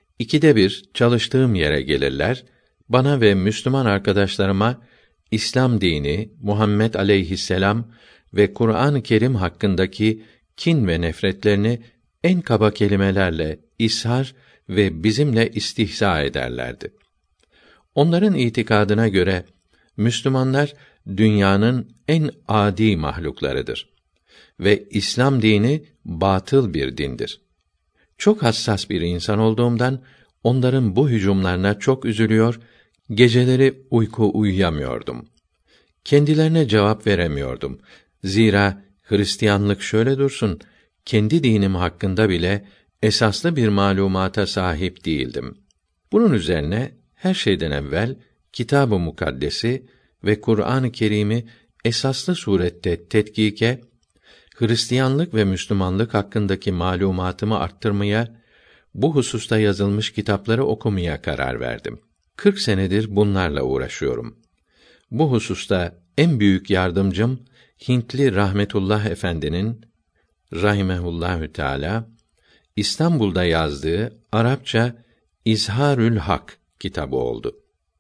1/2 çalıştığım yere gelirler, bana ve Müslüman arkadaşlarıma İslam dini, Muhammed aleyhisselam ve Kur'an-ı Kerim hakkındaki kin ve nefretlerini en kaba kelimelerle ishar ve bizimle istihza ederlerdi. Onların itikadına göre Müslümanlar dünyanın en adi mahluklarıdır ve İslam dini batıl bir dindir. Çok hassas bir insan olduğumdan onların bu hücumlarına çok üzülüyor, geceleri uyku uyuyamıyordum. Kendilerine cevap veremiyordum. Zira Hristiyanlık şöyle dursun, kendi dinim hakkında bile esaslı bir malumata sahip değildim. Bunun üzerine her şeyden evvel Kitab-ı Mukaddes'i ve Kur'an-ı Kerim'i esaslı surette tetkike, Hristiyanlık ve Müslümanlık hakkındaki malumatımı arttırmaya, bu hususta yazılmış kitapları okumaya karar verdim. 40 senedir bunlarla uğraşıyorum. Bu hususta en büyük yardımcım Hintli Rahmetullah Efendi'nin rahimehullahü teâlâ İstanbul'da yazdığı Arapça İzharül Hak kitabı oldu.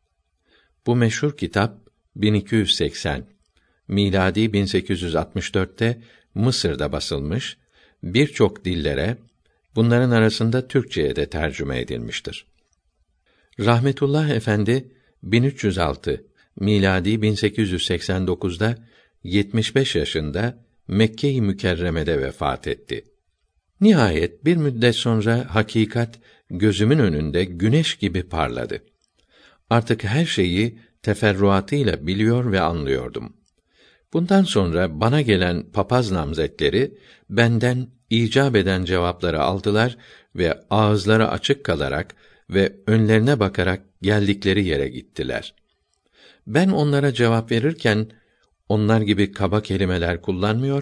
Bu meşhur kitap 1280 miladi 1864'te Mısır'da basılmış, birçok dillere, bunların arasında Türkçeye de tercüme edilmiştir. Rahmetullah Efendi 1306 miladi 1889'da 75 yaşında Mekke-i Mükerreme'de vefat etti. Nihayet bir müddet sonra hakikat gözümün önünde güneş gibi parladı. Artık her şeyi teferruatıyla biliyor ve anlıyordum. Bundan sonra bana gelen papaz namzetleri benden icap eden cevapları aldılar ve ağızları açık kalarak ve önlerine bakarak geldikleri yere gittiler. Ben onlara cevap verirken onlar gibi kaba kelimeler kullanmıyor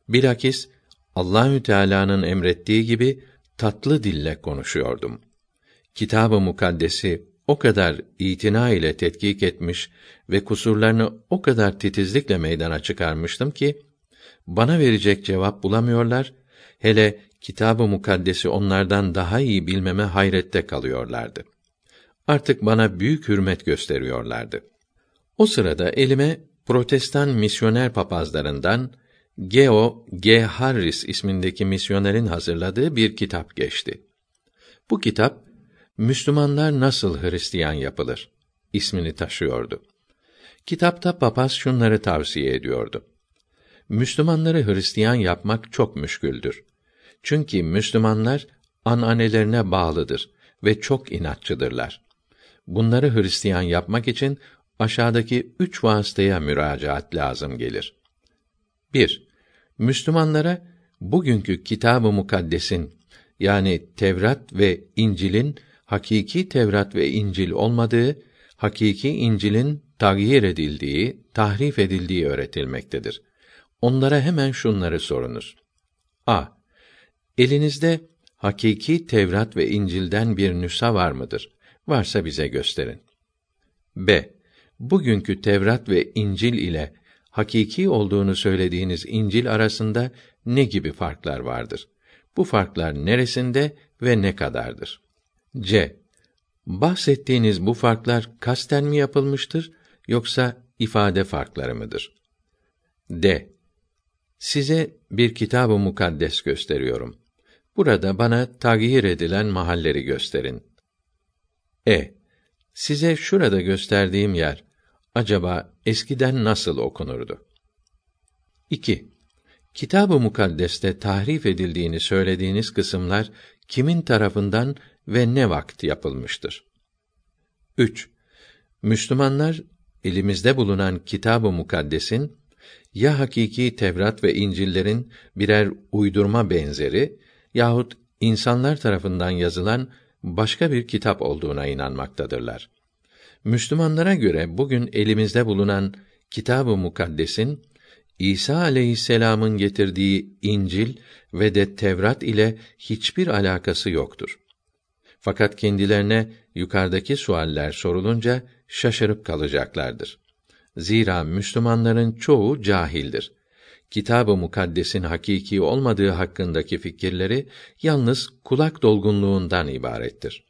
Bilakis Allahü Teala'nın emrettiği gibi tatlı dille konuşuyordum. Kitab-ı Mukaddes'i o kadar itina ile tetkik etmiş ve kusurlarını o kadar titizlikle meydana çıkarmıştım ki bana verecek cevap bulamıyorlar, hele Kitab-ı Mukaddes'i onlardan daha iyi bilmeme hayrette kalıyorlardı. Artık bana büyük hürmet gösteriyorlardı. O sırada elime Protestan misyoner papazlarından Geo G. Harris ismindeki misyonerin hazırladığı bir kitap geçti. Bu kitap, Müslümanlar nasıl Hristiyan yapılır ismini taşıyordu. Kitapta papaz şunları tavsiye ediyordu. Müslümanları Hristiyan yapmak çok müşküldür. Çünkü Müslümanlar ananelerine bağlıdır ve çok inatçıdırlar. Bunları Hristiyan yapmak için aşağıdaki 3 vasıtaya müracaat lazım gelir. 1. Müslümanlara bugünkü Kitab-ı Mukaddes'in, yani Tevrat ve İncil'in hakiki Tevrat ve İncil olmadığı, hakiki İncil'in taghyir edildiği, tahrif edildiği öğretilmektedir. Onlara hemen şunları sorunuz. A. Elinizde hakiki Tevrat ve İncil'den bir nüsha var mıdır? Varsa bize gösterin. B. Bugünkü Tevrat ve İncil ile hakiki olduğunu söylediğiniz İncil arasında ne gibi farklar vardır? Bu farklar neresinde ve ne kadardır? C. Bahsettiğiniz bu farklar kasten mi yapılmıştır, yoksa ifade farkları mıdır? D. Size bir Kitab-ı Mukaddes gösteriyorum. Burada bana taghyir edilen mahalleri gösterin. E. Size şurada gösterdiğim yer, acaba eskiden nasıl okunurdu? 2. Kitab-ı Mukaddes'te tahrif edildiğini söylediğiniz kısımlar kimin tarafından ve ne vakit yapılmıştır? 3. Müslümanlar elimizde bulunan Kitab-ı Mukaddes'in ya hakiki Tevrat ve İncil'lerin birer uydurma benzeri yahut insanlar tarafından yazılan başka bir kitap olduğuna inanmaktadırlar. Müslümanlara göre bugün elimizde bulunan Kitab-ı Mukaddes'in İsa aleyhisselam'ın getirdiği İncil ve de Tevrat ile hiçbir alakası yoktur. Fakat kendilerine yukarıdaki sualler sorulunca şaşırıp kalacaklardır. Zira Müslümanların çoğu cahildir. Kitab-ı Mukaddes'in hakiki olmadığı hakkındaki fikirleri yalnız kulak dolgunluğundan ibarettir.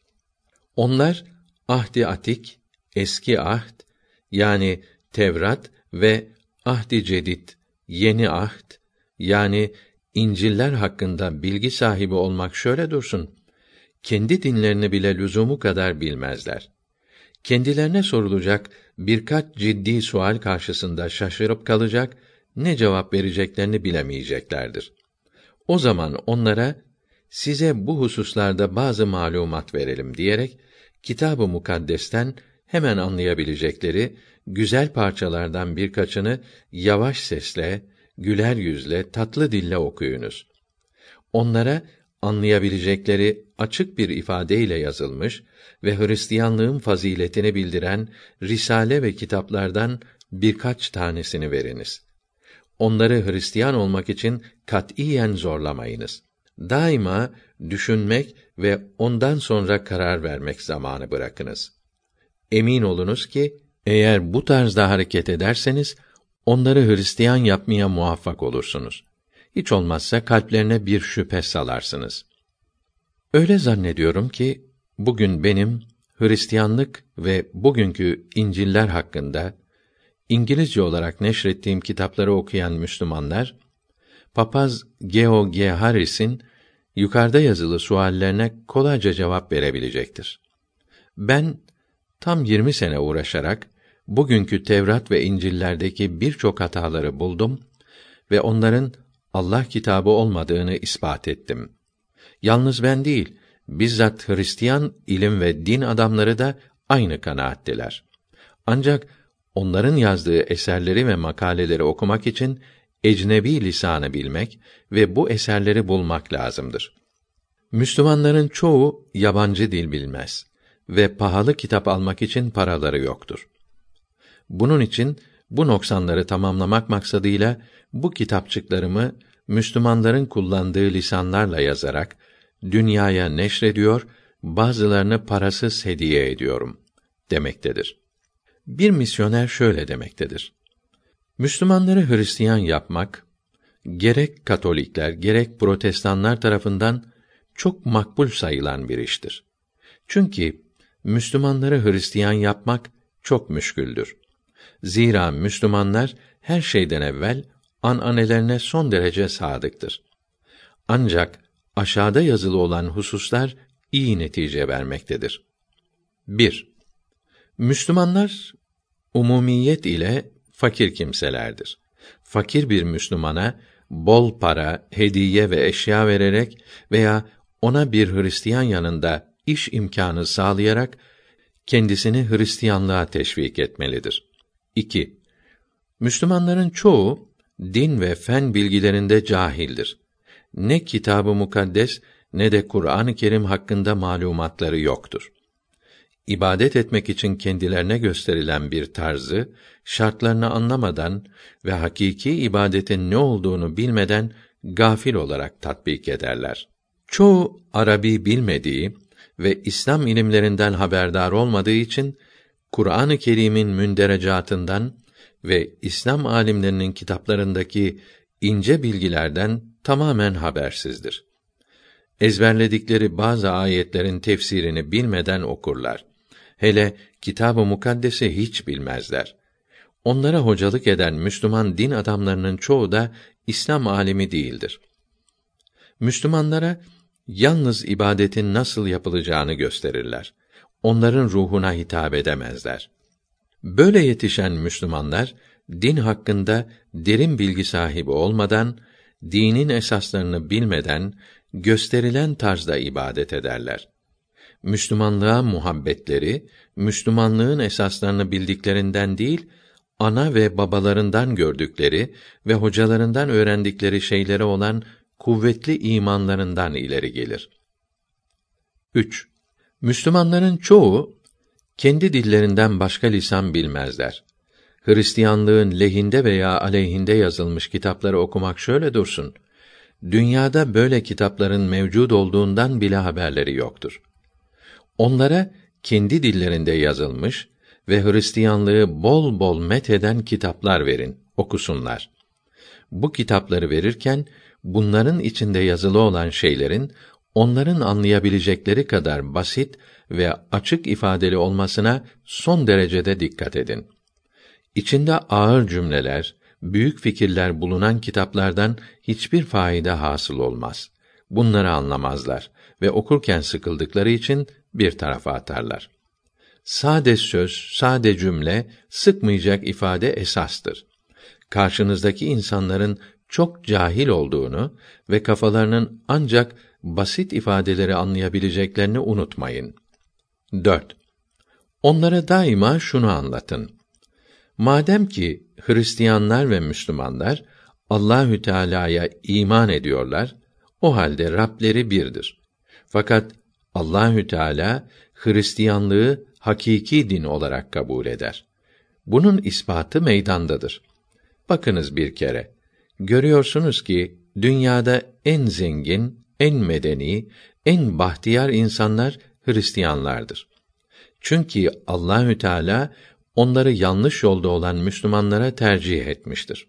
Onlar Ahd-i Atik, eski ahd, yani Tevrat ve Ahd-i Cedid, yeni ahd, yani İncil'ler hakkında bilgi sahibi olmak şöyle dursun, kendi dinlerini bile lüzumu kadar bilmezler. Kendilerine sorulacak birkaç ciddi sual karşısında şaşırıp kalacak, ne cevap vereceklerini bilemeyeceklerdir. O zaman onlara, size bu hususlarda bazı malumat verelim diyerek, Kitab-ı Mukaddes'ten hemen anlayabilecekleri güzel parçalardan birkaçını yavaş sesle, güler yüzle, tatlı dille okuyunuz. Onlara anlayabilecekleri açık bir ifadeyle yazılmış ve Hristiyanlığın faziletini bildiren risale ve kitaplardan birkaç tanesini veriniz. Onları Hristiyan olmak için katiyen zorlamayınız. Daima düşünmek ve ondan sonra karar vermek zamanı bırakınız. Emin olunuz ki, eğer bu tarzda hareket ederseniz, onları Hristiyan yapmaya muvaffak olursunuz. Hiç olmazsa kalplerine bir şüphe salarsınız. Öyle zannediyorum ki, bugün benim Hristiyanlık ve bugünkü İncil'ler hakkında İngilizce olarak neşrettiğim kitapları okuyan Müslümanlar, papaz Geo G. Harris'in yukarıda yazılı suallerine kolayca cevap verebilecektir. Ben tam 20 sene uğraşarak bugünkü Tevrat ve İncil'lerdeki birçok hataları buldum ve onların Allah kitabı olmadığını ispat ettim. Yalnız ben değil, bizzat Hristiyan ilim ve din adamları da aynı kanaatteler. Ancak onların yazdığı eserleri ve makaleleri okumak için ecnebi lisanı bilmek ve bu eserleri bulmak lazımdır. Müslümanların çoğu yabancı dil bilmez ve pahalı kitap almak için paraları yoktur. Bunun için bu noksanları tamamlamak maksadıyla bu kitapçıklarımı Müslümanların kullandığı lisanlarla yazarak dünyaya neşrediyor, bazılarını parasız hediye ediyorum demektedir. Bir misyoner şöyle demektedir: Müslümanları Hristiyan yapmak, gerek Katolikler, gerek Protestanlar tarafından çok makbul sayılan bir iştir. Çünkü Müslümanları Hristiyan yapmak çok müşküldür. Zira Müslümanlar her şeyden evvel ananelerine son derece sadıktır. Ancak aşağıda yazılı olan hususlar iyi netice vermektedir. 1. Müslümanlar umumiyet ile fakir kimselerdir. Fakir bir Müslümana bol para, hediye ve eşya vererek veya ona bir Hristiyan yanında iş imkânı sağlayarak kendisini Hristiyanlığa teşvik etmelidir. 2. Müslümanların çoğu din ve fen bilgilerinde cahildir. Ne Kitab-ı Mukaddes ne de Kur'an-ı Kerim hakkında malumatları yoktur. İbadet etmek için kendilerine gösterilen bir tarzı, şartlarını anlamadan ve hakiki ibadetin ne olduğunu bilmeden gafil olarak tatbik ederler. Çoğu Arabi bilmediği ve İslam ilimlerinden haberdar olmadığı için Kur'an-ı Kerim'in münderecatından ve İslam alimlerinin kitaplarındaki ince bilgilerden tamamen habersizdir. Ezberledikleri bazı ayetlerin tefsirini bilmeden okurlar. Hele Kitab-ı Mukaddes'i hiç bilmezler. Onlara hocalık eden Müslüman din adamlarının çoğu da İslam alimi değildir. Müslümanlara yalnız ibadetin nasıl yapılacağını gösterirler. Onların ruhuna hitap edemezler. Böyle yetişen Müslümanlar, din hakkında derin bilgi sahibi olmadan, dinin esaslarını bilmeden, gösterilen tarzda ibadet ederler. Müslümanlığa muhabbetleri, Müslümanlığın esaslarını bildiklerinden değil, ana ve babalarından gördükleri ve hocalarından öğrendikleri şeylere olan kuvvetli imanlarından ileri gelir. 3. Müslümanların çoğu kendi dillerinden başka lisan bilmezler. Hristiyanlığın lehinde veya aleyhinde yazılmış kitapları okumak şöyle dursun, dünyada böyle kitapların mevcud olduğundan bile haberleri yoktur. Onlara kendi dillerinde yazılmış ve Hristiyanlığı bol bol metheden kitaplar verin, okusunlar. Bu kitapları verirken, bunların içinde yazılı olan şeylerin, onların anlayabilecekleri kadar basit ve açık ifadeli olmasına son derecede dikkat edin. İçinde ağır cümleler, büyük fikirler bulunan kitaplardan hiçbir faide hasıl olmaz. Bunları anlamazlar ve okurken sıkıldıkları için bir tarafa atarlar. Sade söz, sade cümle, sıkmayacak ifade esastır. Karşınızdaki insanların çok cahil olduğunu ve kafalarının ancak basit ifadeleri anlayabileceklerini unutmayın. 4. Onlara daima şunu anlatın. Madem ki Hristiyanlar ve Müslümanlar Allahü Teala'ya iman ediyorlar, o halde Rableri birdir. Fakat Allahü Teala Hristiyanlığı hakiki din olarak kabul eder. Bunun ispatı meydandadır. Bakınız bir kere. Görüyorsunuz ki dünyada en zengin, en medeni, en bahtiyar insanlar Hristiyanlardır. Çünkü Allahü Teala onları yanlış yolda olan Müslümanlara tercih etmiştir.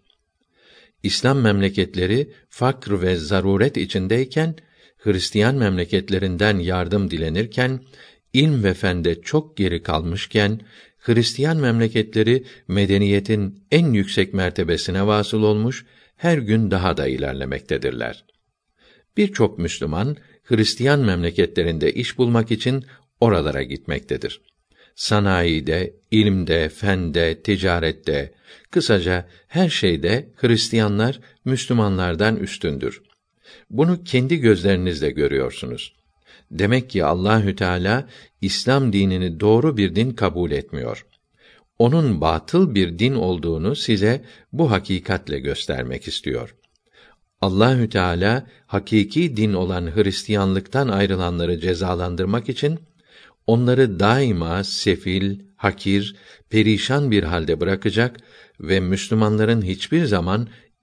İslam memleketleri fakr ve zaruret içindeyken, Hristiyan memleketlerinden yardım dilenirken, ilm ve fende çok geri kalmışken, Hristiyan memleketleri medeniyetin en yüksek mertebesine vasıl olmuş, her gün daha da ilerlemektedirler. Birçok Müslüman, Hristiyan memleketlerinde iş bulmak için oralara gitmektedir. Sanayide, ilimde, fende, ticarette, kısaca her şeyde Hristiyanlar Müslümanlardan üstündür. Bunu kendi gözlerinizle görüyorsunuz. Demek ki Allahü Teala İslam dinini doğru bir din kabul etmiyor. Onun batıl bir din olduğunu size bu hakikatle göstermek istiyor. Allahü Teala hakiki din olan Hristiyanlıktan ayrılanları cezalandırmak için onları daima sefil, hakir, perişan bir halde bırakacak ve Müslümanların hiçbir zaman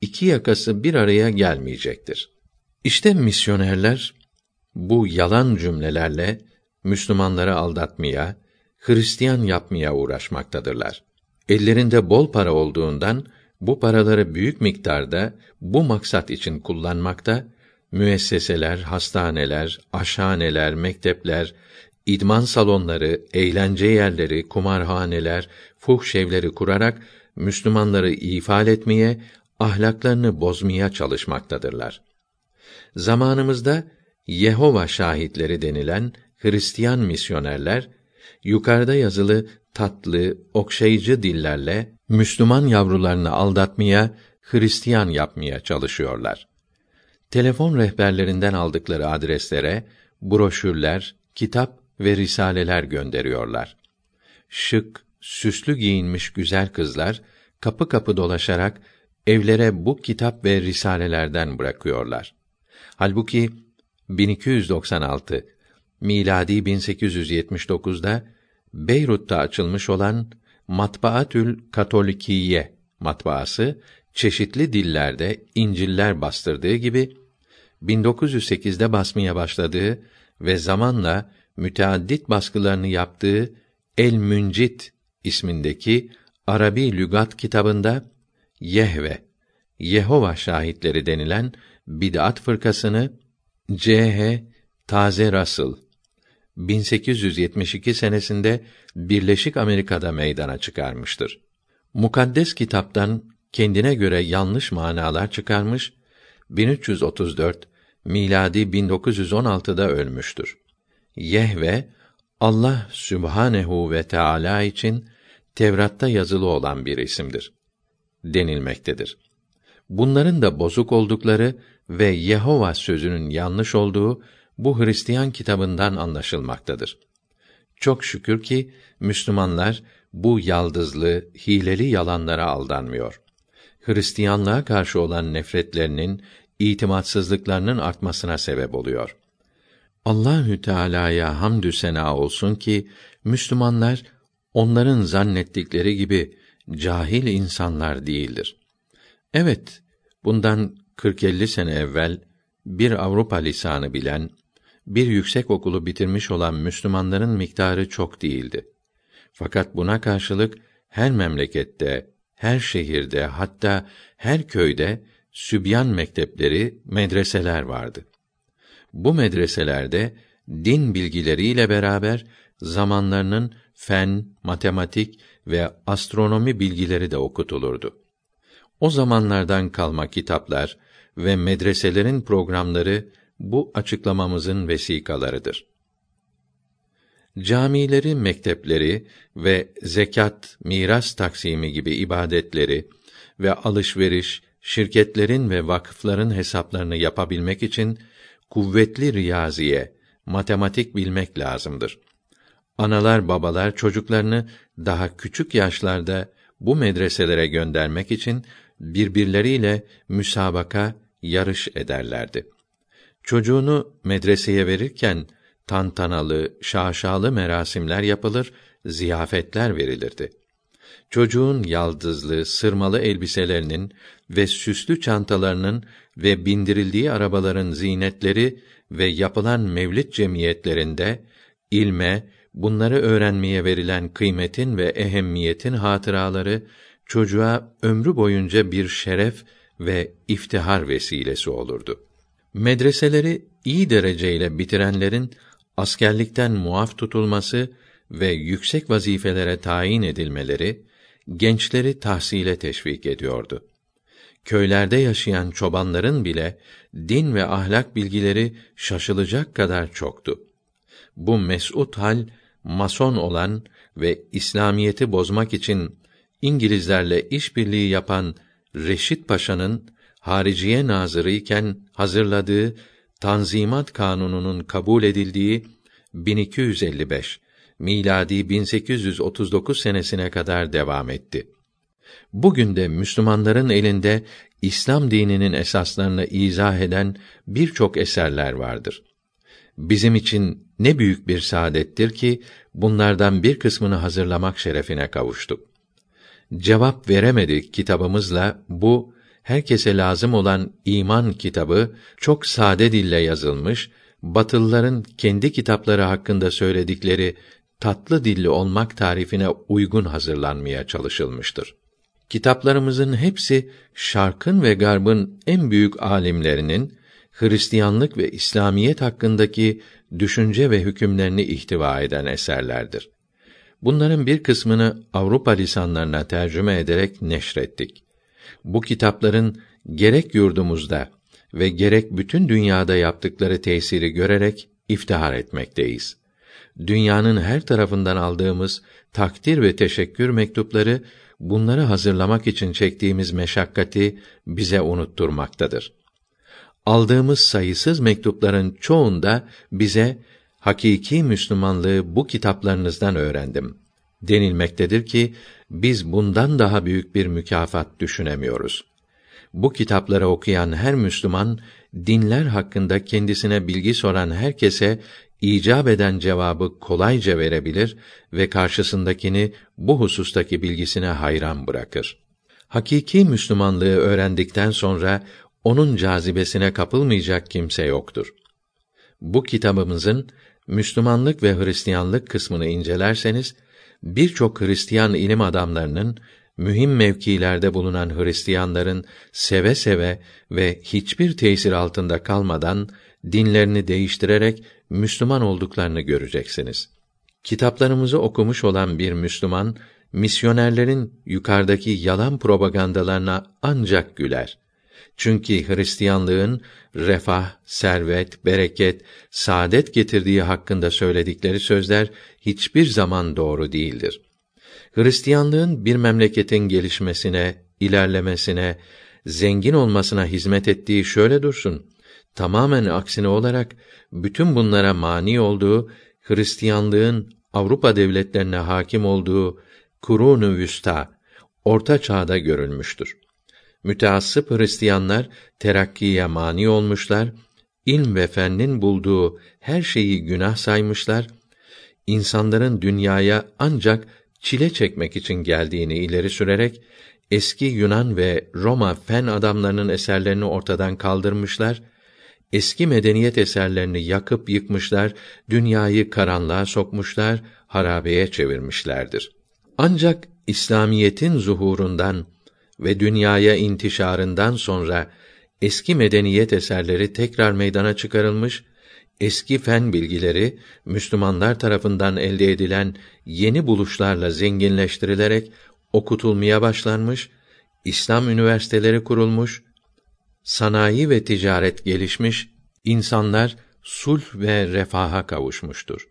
iki yakası bir araya gelmeyecektir. İşte misyonerler bu yalan cümlelerle Müslümanları aldatmaya, Hristiyan yapmaya uğraşmaktadırlar. Ellerinde bol para olduğundan bu paraları büyük miktarda bu maksat için kullanmakta, müesseseler, hastaneler, aşhaneler, mektepler, idman salonları, eğlence yerleri, kumarhaneler, fuhş evleri kurarak Müslümanları ifade etmeye, ahlaklarını bozmaya çalışmaktadırlar. Zamanımızda Yehova şahitleri denilen Hristiyan misyonerler, yukarıda yazılı tatlı, okşayıcı dillerle Müslüman yavrularını aldatmaya, Hristiyan yapmaya çalışıyorlar. Telefon rehberlerinden aldıkları adreslere broşürler, kitap ve risaleler gönderiyorlar. Şık, süslü giyinmiş güzel kızlar kapı kapı dolaşarak evlere bu kitap ve risalelerden bırakıyorlar. Halbuki 1296 miladi 1879'da Beyrut'ta açılmış olan Matbaatül Katolikiye matbaası çeşitli dillerde İncil'ler bastırdığı gibi 1908'de basmaya başladığı ve zamanla müteaddit baskılarını yaptığı El Müncit ismindeki Arabi lügat kitabında Yehve, Yehova şahitleri denilen bid'at fırkasını C.H. Taze Russell 1872 senesinde Birleşik Amerika'da meydana çıkarmıştır. Mukaddes kitaptan kendine göre yanlış manalar çıkarmış, 1334 miladi 1916'da ölmüştür. Yehve Allah Sübhanehu ve Teala için Tevrat'ta yazılı olan bir isimdir denilmektedir. Bunların da bozuk oldukları ve Yehova sözünün yanlış olduğu bu Hristiyan kitabından anlaşılmaktadır. Çok şükür ki Müslümanlar bu yaldızlı, hileli yalanlara aldanmıyor. Hristiyanlığa karşı olan nefretlerinin, itimatsızlıklarının artmasına sebep oluyor. Allahü Teala'ya hamdü sena olsun ki Müslümanlar onların zannettikleri gibi cahil insanlar değildir. Evet, bundan 40-50 sene evvel bir Avrupa lisanı bilen, bir yüksek okulu bitirmiş olan Müslümanların miktarı çok değildi. Fakat buna karşılık her memlekette, her şehirde, hatta her köyde sübyan mektepleri, medreseler vardı. Bu medreselerde din bilgileriyle beraber zamanlarının fen, matematik ve astronomi bilgileri de okutulurdu. O zamanlardan kalma kitaplar ve medreselerin programları bu açıklamamızın vesikalarıdır. Camileri, mektepleri ve zekat, miras taksimi gibi ibadetleri ve alışveriş, şirketlerin ve vakıfların hesaplarını yapabilmek için kuvvetli riyaziye, matematik bilmek lazımdır. Analar, babalar çocuklarını daha küçük yaşlarda bu medreselere göndermek için birbirleriyle müsabaka, yarış ederlerdi. Çocuğunu medreseye verirken tantanalı, şaşalı merasimler yapılır, ziyafetler verilirdi. Çocuğun yaldızlı, sırmalı elbiselerinin ve süslü çantalarının ve bindirildiği arabaların zinetleri ve yapılan mevlid cemiyetlerinde ilme, bunları öğrenmeye verilen kıymetin ve ehemmiyetin hatıraları çocuğa ömrü boyunca bir şeref ve iftihar vesilesi olurdu. Medreseleri iyi dereceyle bitirenlerin askerlikten muaf tutulması ve yüksek vazifelere tayin edilmeleri gençleri tahsile teşvik ediyordu. Köylerde yaşayan çobanların bile din ve ahlak bilgileri şaşılacak kadar çoktu. Bu mes'ud hal mason olan ve İslamiyeti bozmak için İngilizlerle işbirliği yapan Reşit Paşa'nın Hariciye Nazırı iken hazırladığı Tanzimat Kanunu'nun kabul edildiği 1255 miladi 1839 senesine kadar devam etti. Bugün de Müslümanların elinde İslam dininin esaslarını izah eden birçok eserler vardır. Bizim için ne büyük bir saadettir ki bunlardan bir kısmını hazırlamak şerefine kavuştuk. Cevap veremedik kitabımızla bu herkese lazım olan iman kitabı çok sade dille yazılmış, Batılıların kendi kitapları hakkında söyledikleri tatlı dilli olmak tarifine uygun hazırlanmaya çalışılmıştır. Kitaplarımızın hepsi Şark'ın ve Garb'ın en büyük âlimlerinin Hristiyanlık ve İslamiyet hakkındaki düşünce ve hükümlerini ihtiva eden eserlerdir. Bunların bir kısmını Avrupa lisanlarına tercüme ederek neşrettik. Bu kitapların gerek yurdumuzda ve gerek bütün dünyada yaptıkları tesiri görerek iftihar etmekteyiz. Dünyanın her tarafından aldığımız takdir ve teşekkür mektupları, bunları hazırlamak için çektiğimiz meşakkati bize unutturmaktadır. Aldığımız sayısız mektupların çoğunda bize hakiki Müslümanlığı bu kitaplarınızdan öğrendim denilmektedir ki biz bundan daha büyük bir mükafat düşünemiyoruz. Bu kitapları okuyan her Müslüman, dinler hakkında kendisine bilgi soran herkese icap eden cevabı kolayca verebilir ve karşısındakini bu husustaki bilgisine hayran bırakır. Hakiki Müslümanlığı öğrendikten sonra onun cazibesine kapılmayacak kimse yoktur. Bu kitabımızın Müslümanlık ve Hristiyanlık kısmını incelerseniz, birçok Hristiyan ilim adamlarının, mühim mevkilerde bulunan Hristiyanların seve seve ve hiçbir tesir altında kalmadan dinlerini değiştirerek Müslüman olduklarını göreceksiniz. Kitaplarımızı okumuş olan bir Müslüman, misyonerlerin yukarıdaki yalan propagandalarına ancak güler. Çünkü Hristiyanlığın refah, servet, bereket, saadet getirdiği hakkında söyledikleri sözler hiçbir zaman doğru değildir. Hristiyanlığın bir memleketin gelişmesine, ilerlemesine, zengin olmasına hizmet ettiği şöyle dursun. Tamamen aksine olarak bütün bunlara mani olduğu, Hristiyanlığın Avrupa devletlerine hakim olduğu Kurûn-u Vüstâ, Orta Çağ'da görülmüştür. Müteassıp Hristiyanlar terakkiye mani olmuşlar, ilm ve fennin bulduğu her şeyi günah saymışlar, insanların dünyaya ancak çile çekmek için geldiğini ileri sürerek, eski Yunan ve Roma fen adamlarının eserlerini ortadan kaldırmışlar, eski medeniyet eserlerini yakıp yıkmışlar, dünyayı karanlığa sokmuşlar, harabeye çevirmişlerdir. Ancak İslamiyetin zuhurundan ve dünyaya intişarından sonra eski medeniyet eserleri tekrar meydana çıkarılmış, eski fen bilgileri Müslümanlar tarafından elde edilen yeni buluşlarla zenginleştirilerek okutulmaya başlanmış, İslam üniversiteleri kurulmuş, sanayi ve ticaret gelişmiş, insanlar sulh ve refaha kavuşmuştur.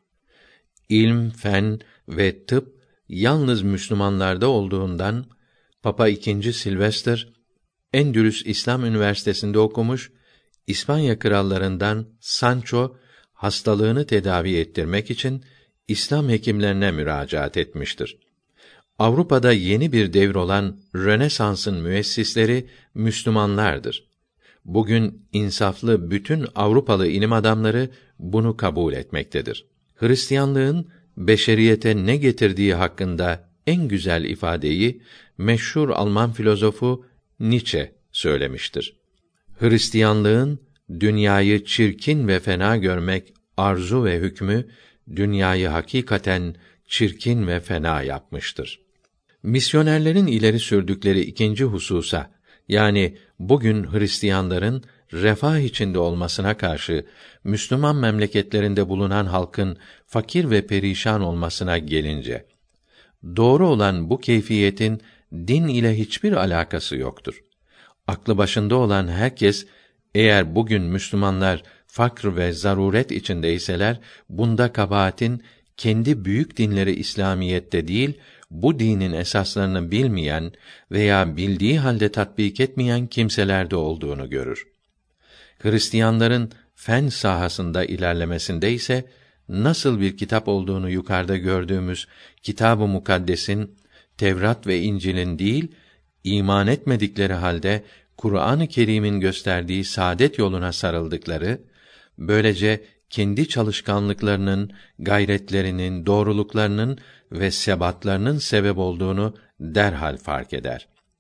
İlm, fen ve tıp yalnız Müslümanlarda olduğundan Papa II. Silvester Endülüs İslam Üniversitesi'nde okumuş, İspanya krallarından Sancho hastalığını tedavi ettirmek için İslam hekimlerine müracaat etmiştir. Avrupa'da yeni bir devir olan Rönesans'ın müessisleri Müslümanlardır. Bugün insaflı bütün Avrupalı ilim adamları bunu kabul etmektedir. Hristiyanlığın beşeriyete ne getirdiği hakkında en güzel ifadeyi meşhur Alman filozofu Nietzsche söylemiştir. Hristiyanlığın dünyayı çirkin ve fena görmek arzu ve hükmü dünyayı hakikaten çirkin ve fena yapmıştır. Misyonerlerin ileri sürdükleri ikinci hususa, yani bugün Hristiyanların refah içinde olmasına karşı Müslüman memleketlerinde bulunan halkın fakir ve perişan olmasına gelince, doğru olan bu keyfiyetin din ile hiçbir alakası yoktur. Aklı başında olan herkes, eğer bugün Müslümanlar fakr ve zaruret içindeyseler, bunda kabahatin kendi büyük dinleri İslamiyette değil, bu dinin esaslarını bilmeyen veya bildiği halde tatbik etmeyen kimselerde olduğunu görür. Hristiyanların fen sahasında ilerlemesinde ise nasıl bir kitap olduğunu yukarıda gördüğümüz Kitab-ı Mukaddes'in, Tevrat ve İncil'in değil, iman etmedikleri halde Kur'an-ı Kerim'in gösterdiği saadet yoluna sarıldıkları, böylece kendi çalışkanlıklarının, gayretlerinin, doğruluklarının ve sebatlarının sebep olduğunu derhal fark eder.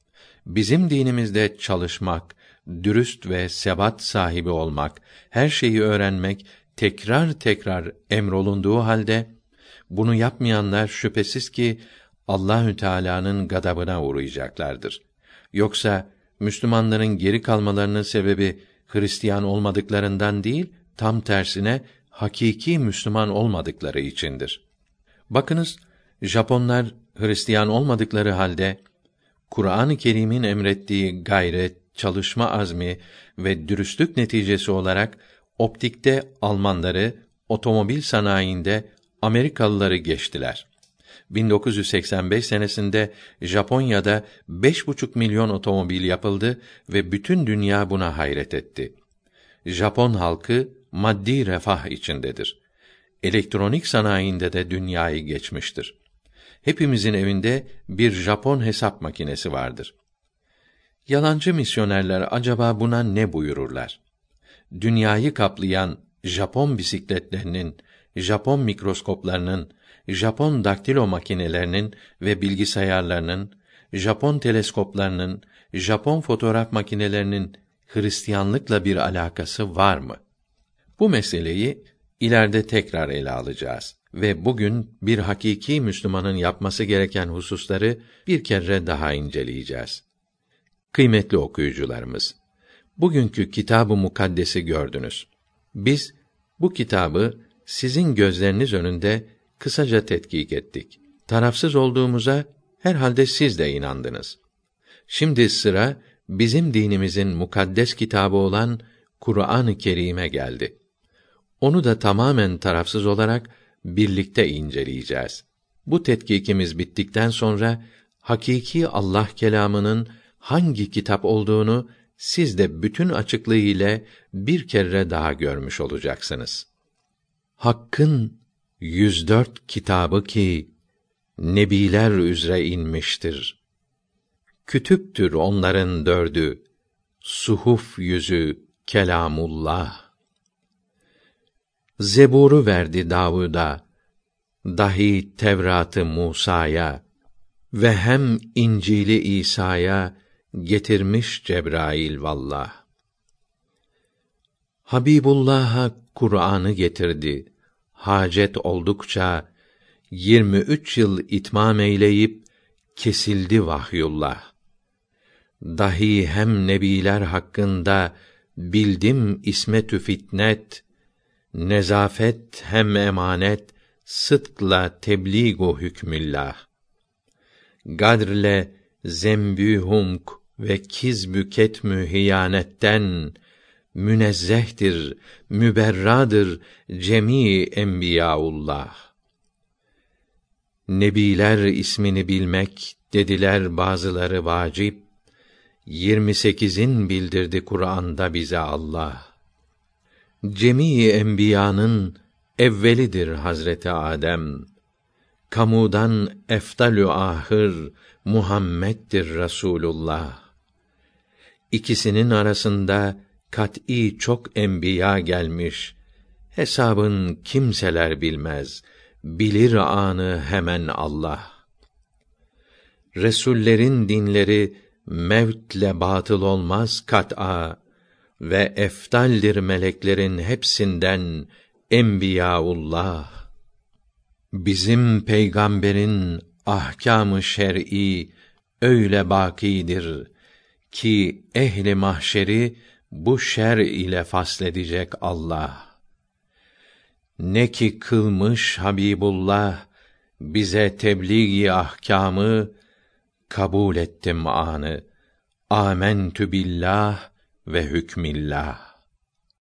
Bizim dinimizde çalışmak, dürüst ve sebat sahibi olmak, her şeyi öğrenmek tekrar tekrar emrolunduğu halde bunu yapmayanlar şüphesiz ki Allahü Teala'nın gadabına uğrayacaklardır. Yoksa Müslümanların geri kalmalarının sebebi Hristiyan olmadıklarından değil, tam tersine hakiki Müslüman olmadıkları içindir. Bakınız, Japonlar Hristiyan olmadıkları halde Kur'an-ı Kerim'in emrettiği gayret, çalışma azmi ve dürüstlük neticesi olarak optikte Almanları, otomobil sanayinde Amerikalıları geçtiler. 1985 senesinde Japonya'da 5,5 milyon otomobil yapıldı ve bütün dünya buna hayret etti. Japon halkı maddi refah içindedir. Elektronik sanayinde de dünyayı geçmiştir. Hepimizin evinde bir Japon hesap makinesi vardır. Yalancı misyonerler acaba buna ne buyururlar? Dünyayı kaplayan Japon bisikletlerinin, Japon mikroskoplarının, Japon daktilo makinelerinin ve bilgisayarlarının, Japon teleskoplarının, Japon fotoğraf makinelerinin Hristiyanlıkla bir alakası var mı? Bu meseleyi ileride tekrar ele alacağız ve bugün bir hakiki Müslümanın yapması gereken hususları bir kere daha inceleyeceğiz. Kıymetli okuyucularımız, bugünkü Kitab-ı Mukaddes'i gördünüz. Biz bu kitabı sizin gözleriniz önünde kısaca tetkik ettik. Tarafsız olduğumuza herhalde siz de inandınız. Şimdi sıra bizim dinimizin mukaddes kitabı olan Kur'an-ı Kerim'e geldi. Onu da tamamen tarafsız olarak birlikte inceleyeceğiz. Bu tetkikimiz bittikten sonra hakiki Allah kelamının hangi kitap olduğunu siz de bütün açıklığı ile bir kere daha görmüş olacaksınız. Hakk'ın 104 kitabı ki nebiler üzere inmiştir. Kütüptür onların 4'ü, suhuf yüzü kelamullah. Zebur'u verdi Davud'a, dahi Tevrat'ı Musa'ya ve hem İncil'i İsa'ya getirmiş Cebrail vallah. Habibullah'a Kur'an'ı getirdi. Hacet oldukça 23 yıl itmam eyleyip kesildi vahyullah. Dahi hem nebiler hakkında bildim ismetü fitnet, nezafet hem emanet, sıdkla tebliğu hükmüllah. Gadrle zembü humk ve kizbü ketmü hiyanetten münezzehtir, müberradır cemî enbiyaullah. Nebiler ismini bilmek dediler bazıları vacip. 28'in bildirdi Kur'an'da bize Allah. Cemî enbiyanın evvelidir Hazreti Adem. Kamudan efdalü ahır Muhammed'dir Resulullah. İkisinin arasında kat'î çok enbiya gelmiş. Hesabın kimseler bilmez. Bilir anı hemen Allah. Resullerin dinleri mevtle batıl olmaz kat'a ve efdaldir meleklerin hepsinden enbiyaullah. Bizim peygamberin ahkâm-ı şer'i öyle bâkidir ki ehli mahşeri bu şer ile fasledecek Allah. Ne ki kılmış Habibullah bize tebliğ-i ahkâmı, kabul ettim anı. Âmentü billah ve hükmillah.